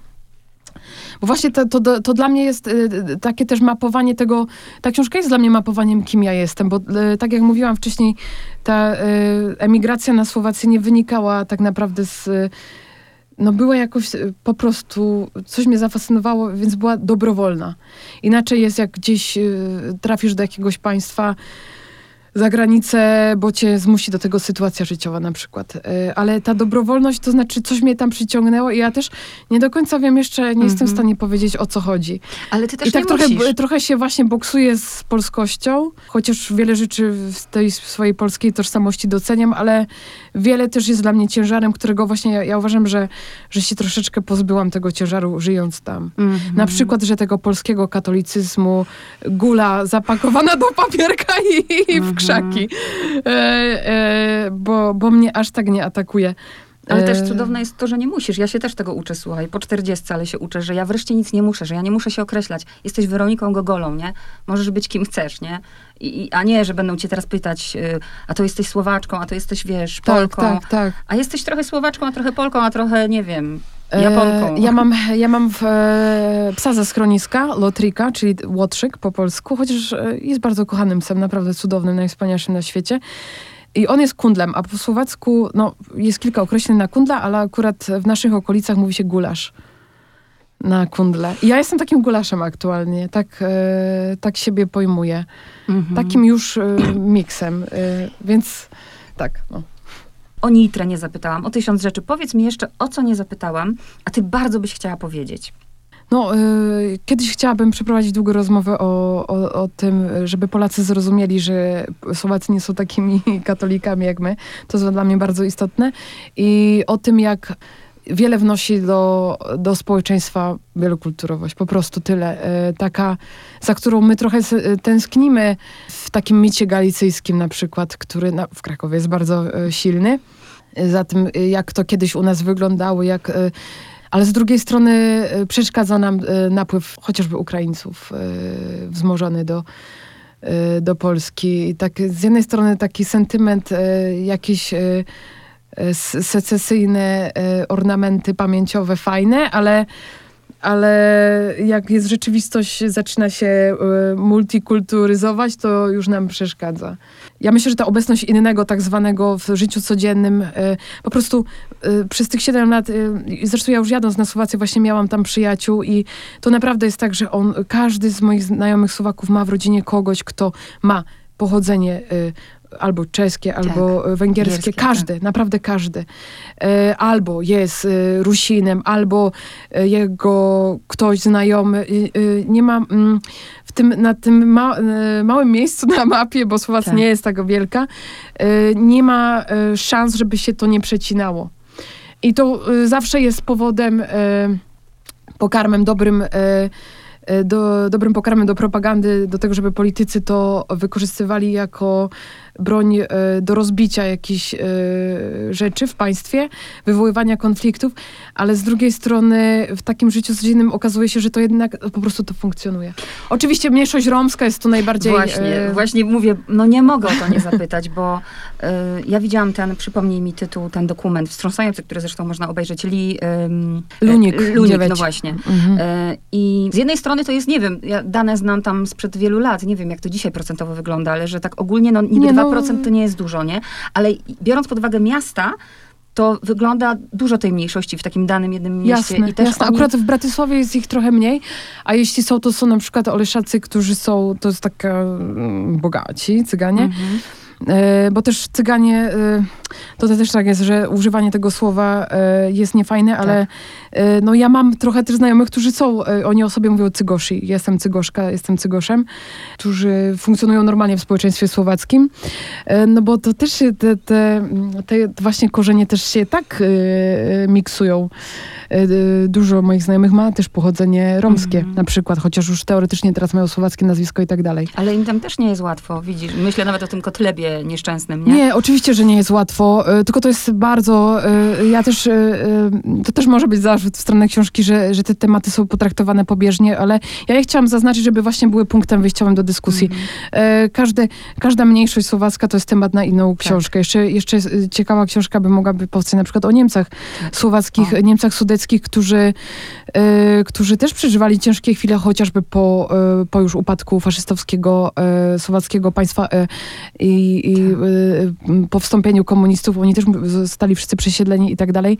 Bo właśnie to, to, to dla mnie jest y, takie też mapowanie tego, ta książka jest dla mnie mapowaniem, kim ja jestem, bo y, tak jak mówiłam wcześniej, ta y, emigracja na Słowację nie wynikała tak naprawdę z, y, no była jakoś y, po prostu, coś mnie zafascynowało, więc była dobrowolna. Inaczej jest, jak gdzieś y, trafisz do jakiegoś państwa, za granicę, bo cię zmusi do tego sytuacja życiowa na przykład. Ale ta dobrowolność, to znaczy coś mnie tam przyciągnęło i ja też nie do końca wiem jeszcze, nie mm-hmm. jestem w stanie powiedzieć, o co chodzi. Ale ty też I tak nie trochę, musisz. trochę się właśnie boksuję z polskością, chociaż wiele rzeczy w tej swojej polskiej tożsamości doceniam, ale wiele też jest dla mnie ciężarem, którego właśnie ja, ja uważam, że, że się troszeczkę pozbyłam tego ciężaru, żyjąc tam. Mm-hmm. Na przykład, że tego polskiego katolicyzmu, gula zapakowana do papierka i, i w krzaki, e, e, bo, bo mnie aż tak nie atakuje. Ale też cudowne jest to, że nie musisz. Ja się też tego uczę, słuchaj, po czterdziestce, ale się uczę, że ja wreszcie nic nie muszę, że ja nie muszę się określać. Jesteś Weroniką Gogolą, nie? Możesz być kim chcesz, nie? I, i, a nie, że będą cię teraz pytać, y, a to jesteś Słowaczką, a to jesteś, wiesz, Polką. Tak, tak, tak. A jesteś trochę Słowaczką, a trochę Polką, a trochę, nie wiem, Japonką. E, ja mam, ja mam w, e, psa ze schroniska, Lotrika, czyli łotrzyk po polsku, chociaż e, jest bardzo kochanym psem, naprawdę cudownym, najwspanialszym na świecie. I on jest kundlem, a po słowacku no, jest kilka określeń na kundla, ale akurat w naszych okolicach mówi się gulasz na kundle. I ja jestem takim gulaszem aktualnie, tak, e, tak siebie pojmuję. Mhm. Takim już e, miksem, e, więc tak, no. O Nitrę nie zapytałam, o tysiąc rzeczy. Powiedz mi jeszcze, o co nie zapytałam, a ty bardzo byś chciała powiedzieć. No, y, kiedyś chciałabym przeprowadzić długą rozmowę o, o, o tym, żeby Polacy zrozumieli, że Słowacy nie są takimi katolikami jak my. To jest dla mnie bardzo istotne. I o tym, jak wiele wnosi do, do społeczeństwa wielokulturowość. Po prostu tyle. Y, taka, za którą my trochę tęsknimy w takim micie galicyjskim na przykład, który na, w Krakowie jest bardzo y, silny. Za tym, y, jak to kiedyś u nas wyglądało, jak... Y, Ale z drugiej strony przeszkadza nam napływ chociażby Ukraińców wzmożony do, do Polski. I tak, z jednej strony taki sentyment, jakieś secesyjne ornamenty pamięciowe fajne, ale, ale jak jest rzeczywistość, zaczyna się multikulturyzować, to już nam przeszkadza. Ja myślę, że ta obecność innego tak zwanego w życiu codziennym, po prostu przez tych siedem lat, zresztą ja już jadąc na Słowację właśnie miałam tam przyjaciół i to naprawdę jest tak, że on, każdy z moich znajomych Słowaków ma w rodzinie kogoś, kto ma pochodzenie y, albo czeskie, tak. albo węgierskie, Węgierskie, każdy, tak. naprawdę każdy. E, albo jest e, Rusinem, albo e, jego ktoś znajomy. E, e, nie ma mm, w tym, na tym ma, e, małym miejscu na mapie, bo Słowacja tak. nie jest tak wielka, e, nie ma e, szans, żeby się to nie przecinało. I to e, zawsze jest powodem, e, pokarmem dobrym, e, Do, dobrym pokarmem do propagandy, do tego, żeby politycy to wykorzystywali jako broń e, do rozbicia jakichś e, rzeczy w państwie, wywoływania konfliktów, ale z drugiej strony w takim życiu codziennym okazuje się, że to jednak po prostu to funkcjonuje. Oczywiście mniejszość romska jest tu najbardziej... Właśnie, e... właśnie mówię, no nie mogę o to nie zapytać, bo e, ja widziałam ten, przypomnij mi tytuł, ten dokument wstrząsający, który zresztą można obejrzeć, Li, e, Lunik. Lunik, no właśnie. Mhm. E, I z jednej strony to jest, nie wiem, ja dane znam tam sprzed wielu lat, nie wiem jak to dzisiaj procentowo wygląda, ale że tak ogólnie, no niby nie, no... dwa procent to nie jest dużo, nie? Ale biorąc pod uwagę miasta, to wygląda dużo tej mniejszości w takim danym jednym mieście. Jasne, I też jasne. oni... Akurat w Bratysławie jest ich trochę mniej, a jeśli są, to są na przykład Oleszacy, którzy są, to jest taka mm, bogaci, Cyganie. Mhm. E, bo też Cyganie, e, to też tak jest, że używanie tego słowa e, jest niefajne, ale tak. e, no ja mam trochę też znajomych, którzy są, e, oni o sobie mówią Cygosi. Jestem Cygoszka, jestem Cygoszem, którzy funkcjonują normalnie w społeczeństwie słowackim. E, no bo to też się te, te, te właśnie korzenie też się tak e, miksują. E, dużo moich znajomych ma też pochodzenie romskie mm. na przykład, chociaż już teoretycznie teraz mają słowackie nazwisko i tak dalej. Ale im tam też nie jest łatwo, widzisz. Myślę nawet o tym Kotlebie nieszczęsnym, nie? Nie, oczywiście, że nie jest łatwo, tylko to jest bardzo, ja też, to też może być zarzut w stronę książki, że, że te tematy są potraktowane pobieżnie, ale ja je chciałam zaznaczyć, żeby właśnie były punktem wyjściowym do dyskusji. Mm-hmm. Każde, każda mniejszość słowacka to jest temat na inną tak. książkę. Jeszcze, jeszcze ciekawa książka by mogłaby powstać na przykład o Niemcach słowackich, o. Niemcach sudeckich, którzy, którzy też przeżywali ciężkie chwile, chociażby po, po już upadku faszystowskiego słowackiego państwa i i y, po wstąpieniu komunistów, oni też zostali wszyscy przesiedleni i tak dalej.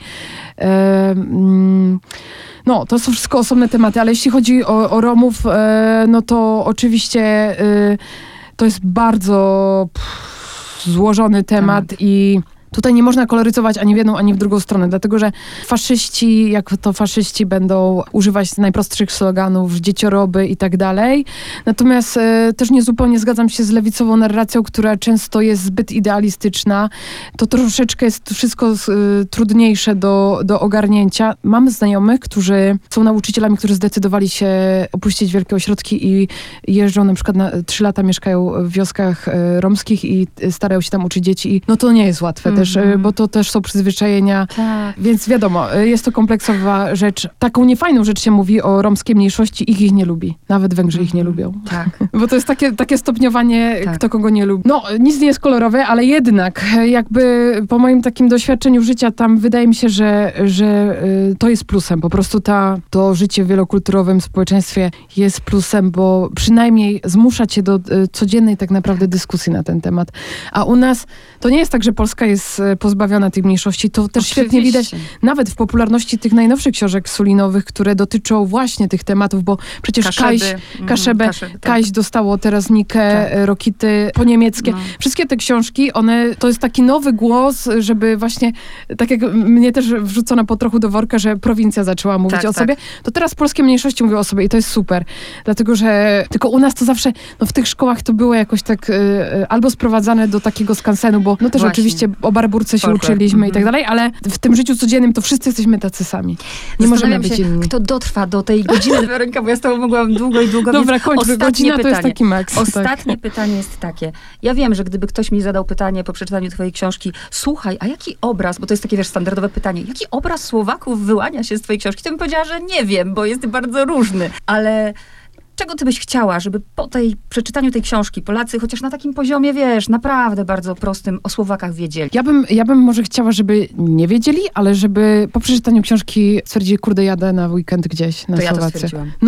E, mm, no, to są wszystko osobne tematy, ale jeśli chodzi o, o Romów, e, no to oczywiście e, to jest bardzo pff, złożony temat tak. i tutaj nie można koloryzować ani w jedną, ani w drugą stronę, dlatego że faszyści, jak to faszyści będą używać najprostszych sloganów, dziecioroby i tak dalej. Natomiast e, też nie zupełnie zgadzam się z lewicową narracją, która często jest zbyt idealistyczna. To troszeczkę jest wszystko e, trudniejsze do, do ogarnięcia. Mam znajomych, którzy są nauczycielami, którzy zdecydowali się opuścić wielkie ośrodki i jeżdżą na przykład na trzy lata, mieszkają w wioskach e, romskich i starają się tam uczyć dzieci. I no to nie jest łatwe. Mm. Też, bo to też są przyzwyczajenia, tak. więc wiadomo, jest to kompleksowa rzecz. Taką niefajną rzecz się mówi o romskiej mniejszości, ich ich nie lubi. Nawet Węgrzy mm. ich nie lubią. Tak. Bo to jest takie, takie stopniowanie, tak. kto kogo nie lubi. No, nic nie jest kolorowe, ale jednak jakby po moim takim doświadczeniu życia tam wydaje mi się, że, że to jest plusem. Po prostu ta, to życie w wielokulturowym społeczeństwie jest plusem, bo przynajmniej zmusza cię do codziennej tak naprawdę dyskusji na ten temat. A u nas to nie jest tak, że Polska jest pozbawiona tych mniejszości. To też Oczywiście. Świetnie widać nawet w popularności tych najnowszych książek Sulinowych, które dotyczą właśnie tych tematów, bo przecież Kaszeby, Kajś, Kaszebę, Kaszeby, tak. Kajś dostało teraz Nikę, tak. Rokity po niemieckie. No. Wszystkie te książki, one, to jest taki nowy głos, żeby właśnie, tak jak mnie też wrzucono po trochu do worka, że prowincja zaczęła mówić tak, o tak. sobie, to teraz polskie mniejszości mówią o sobie i to jest super. Dlatego, że tylko u nas to zawsze, no w tych szkołach to było jakoś tak y, albo sprowadzane do takiego skansenu, bo no też właśnie. Oczywiście o barburce się Folklor. Uczyliśmy mm-hmm. i tak dalej, ale w tym życiu codziennym to wszyscy jesteśmy tacy sami. Nie możemy być się, inni. Kto dotrwa do tej godziny Weronka, bo ja z tobą mogłam długo i długo. Dobra, kończmy. Godzina pytanie. To jest taki maks. Ostatnie tak. pytanie jest takie. Ja wiem, że gdyby ktoś mi zadał pytanie po przeczytaniu twojej książki, słuchaj, a jaki obraz, bo to jest takie, wiesz, standardowe pytanie, jaki obraz Słowaków wyłania się z twojej książki? To bym powiedziała, że nie wiem, bo jest bardzo różny, ale czego ty byś chciała, żeby po tej przeczytaniu tej książki Polacy chociaż na takim poziomie, wiesz, naprawdę bardzo prostym o Słowakach wiedzieli? Ja bym, ja bym może chciała, żeby nie wiedzieli, ale żeby po przeczytaniu książki stwierdzili, kurde, jadę na weekend gdzieś na to Słowację. Ja to stwierdziłam. No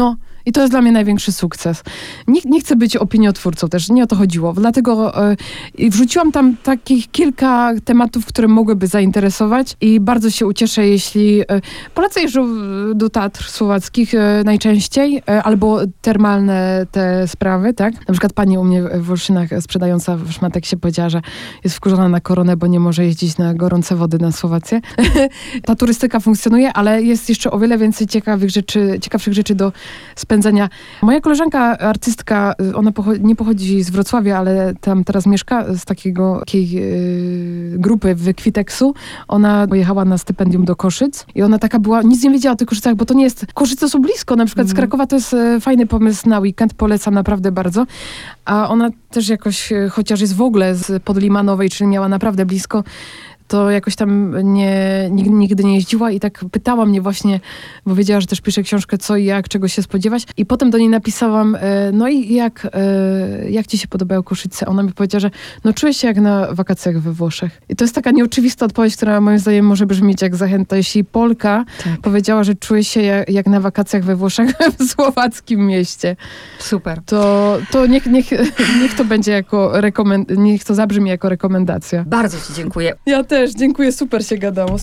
I to jest dla mnie największy sukces. Nie, nie chcę być opiniotwórcą też, nie o to chodziło. Dlatego e, wrzuciłam tam takich kilka tematów, które mogłyby zainteresować i bardzo się ucieszę, jeśli e, Polacy jeżdżą do Tatr Słowackich e, najczęściej, e, albo termalne te sprawy, tak? Na przykład pani u mnie w Olszynach sprzedająca szmatek się powiedziała, że jest wkurzona na koronę, bo nie może jeździć na gorące wody na Słowację. Ta turystyka funkcjonuje, ale jest jeszcze o wiele więcej ciekawych rzeczy, ciekawszych rzeczy do spędzenia. Moja koleżanka, artystka, ona pochodzi, nie pochodzi z Wrocławia, ale tam teraz mieszka, z takiego, takiej yy, grupy Wykwiteksu. Ona pojechała na stypendium do Koszyc i ona taka była, nic nie wiedziała o tych Koszycach, bo to nie jest, Koszyce są blisko, na przykład mm. z Krakowa to jest e, fajny pomysł na weekend, polecam naprawdę bardzo. A ona też jakoś, e, chociaż jest w ogóle z Podlimanowej, czyli miała naprawdę blisko, to jakoś tam nie, nigdy nie jeździła i tak pytała mnie właśnie, bo wiedziała, że też piszę książkę, co i jak, czego się spodziewać. I potem do niej napisałam, no i jak, jak ci się podobają Koszyce? Ona mi powiedziała, że no czuję się jak na wakacjach we Włoszech. I to jest taka nieoczywista odpowiedź, która moim zdaniem może brzmieć jak zachęta. Jeśli Polka tak. powiedziała, że czuje się jak, jak na wakacjach we Włoszech w słowackim mieście. Super. To, to niech, niech, niech to będzie jako rekomend- niech to zabrzmi jako rekomendacja. Bardzo ci dziękuję. Ja też, dziękuję, super się gadało.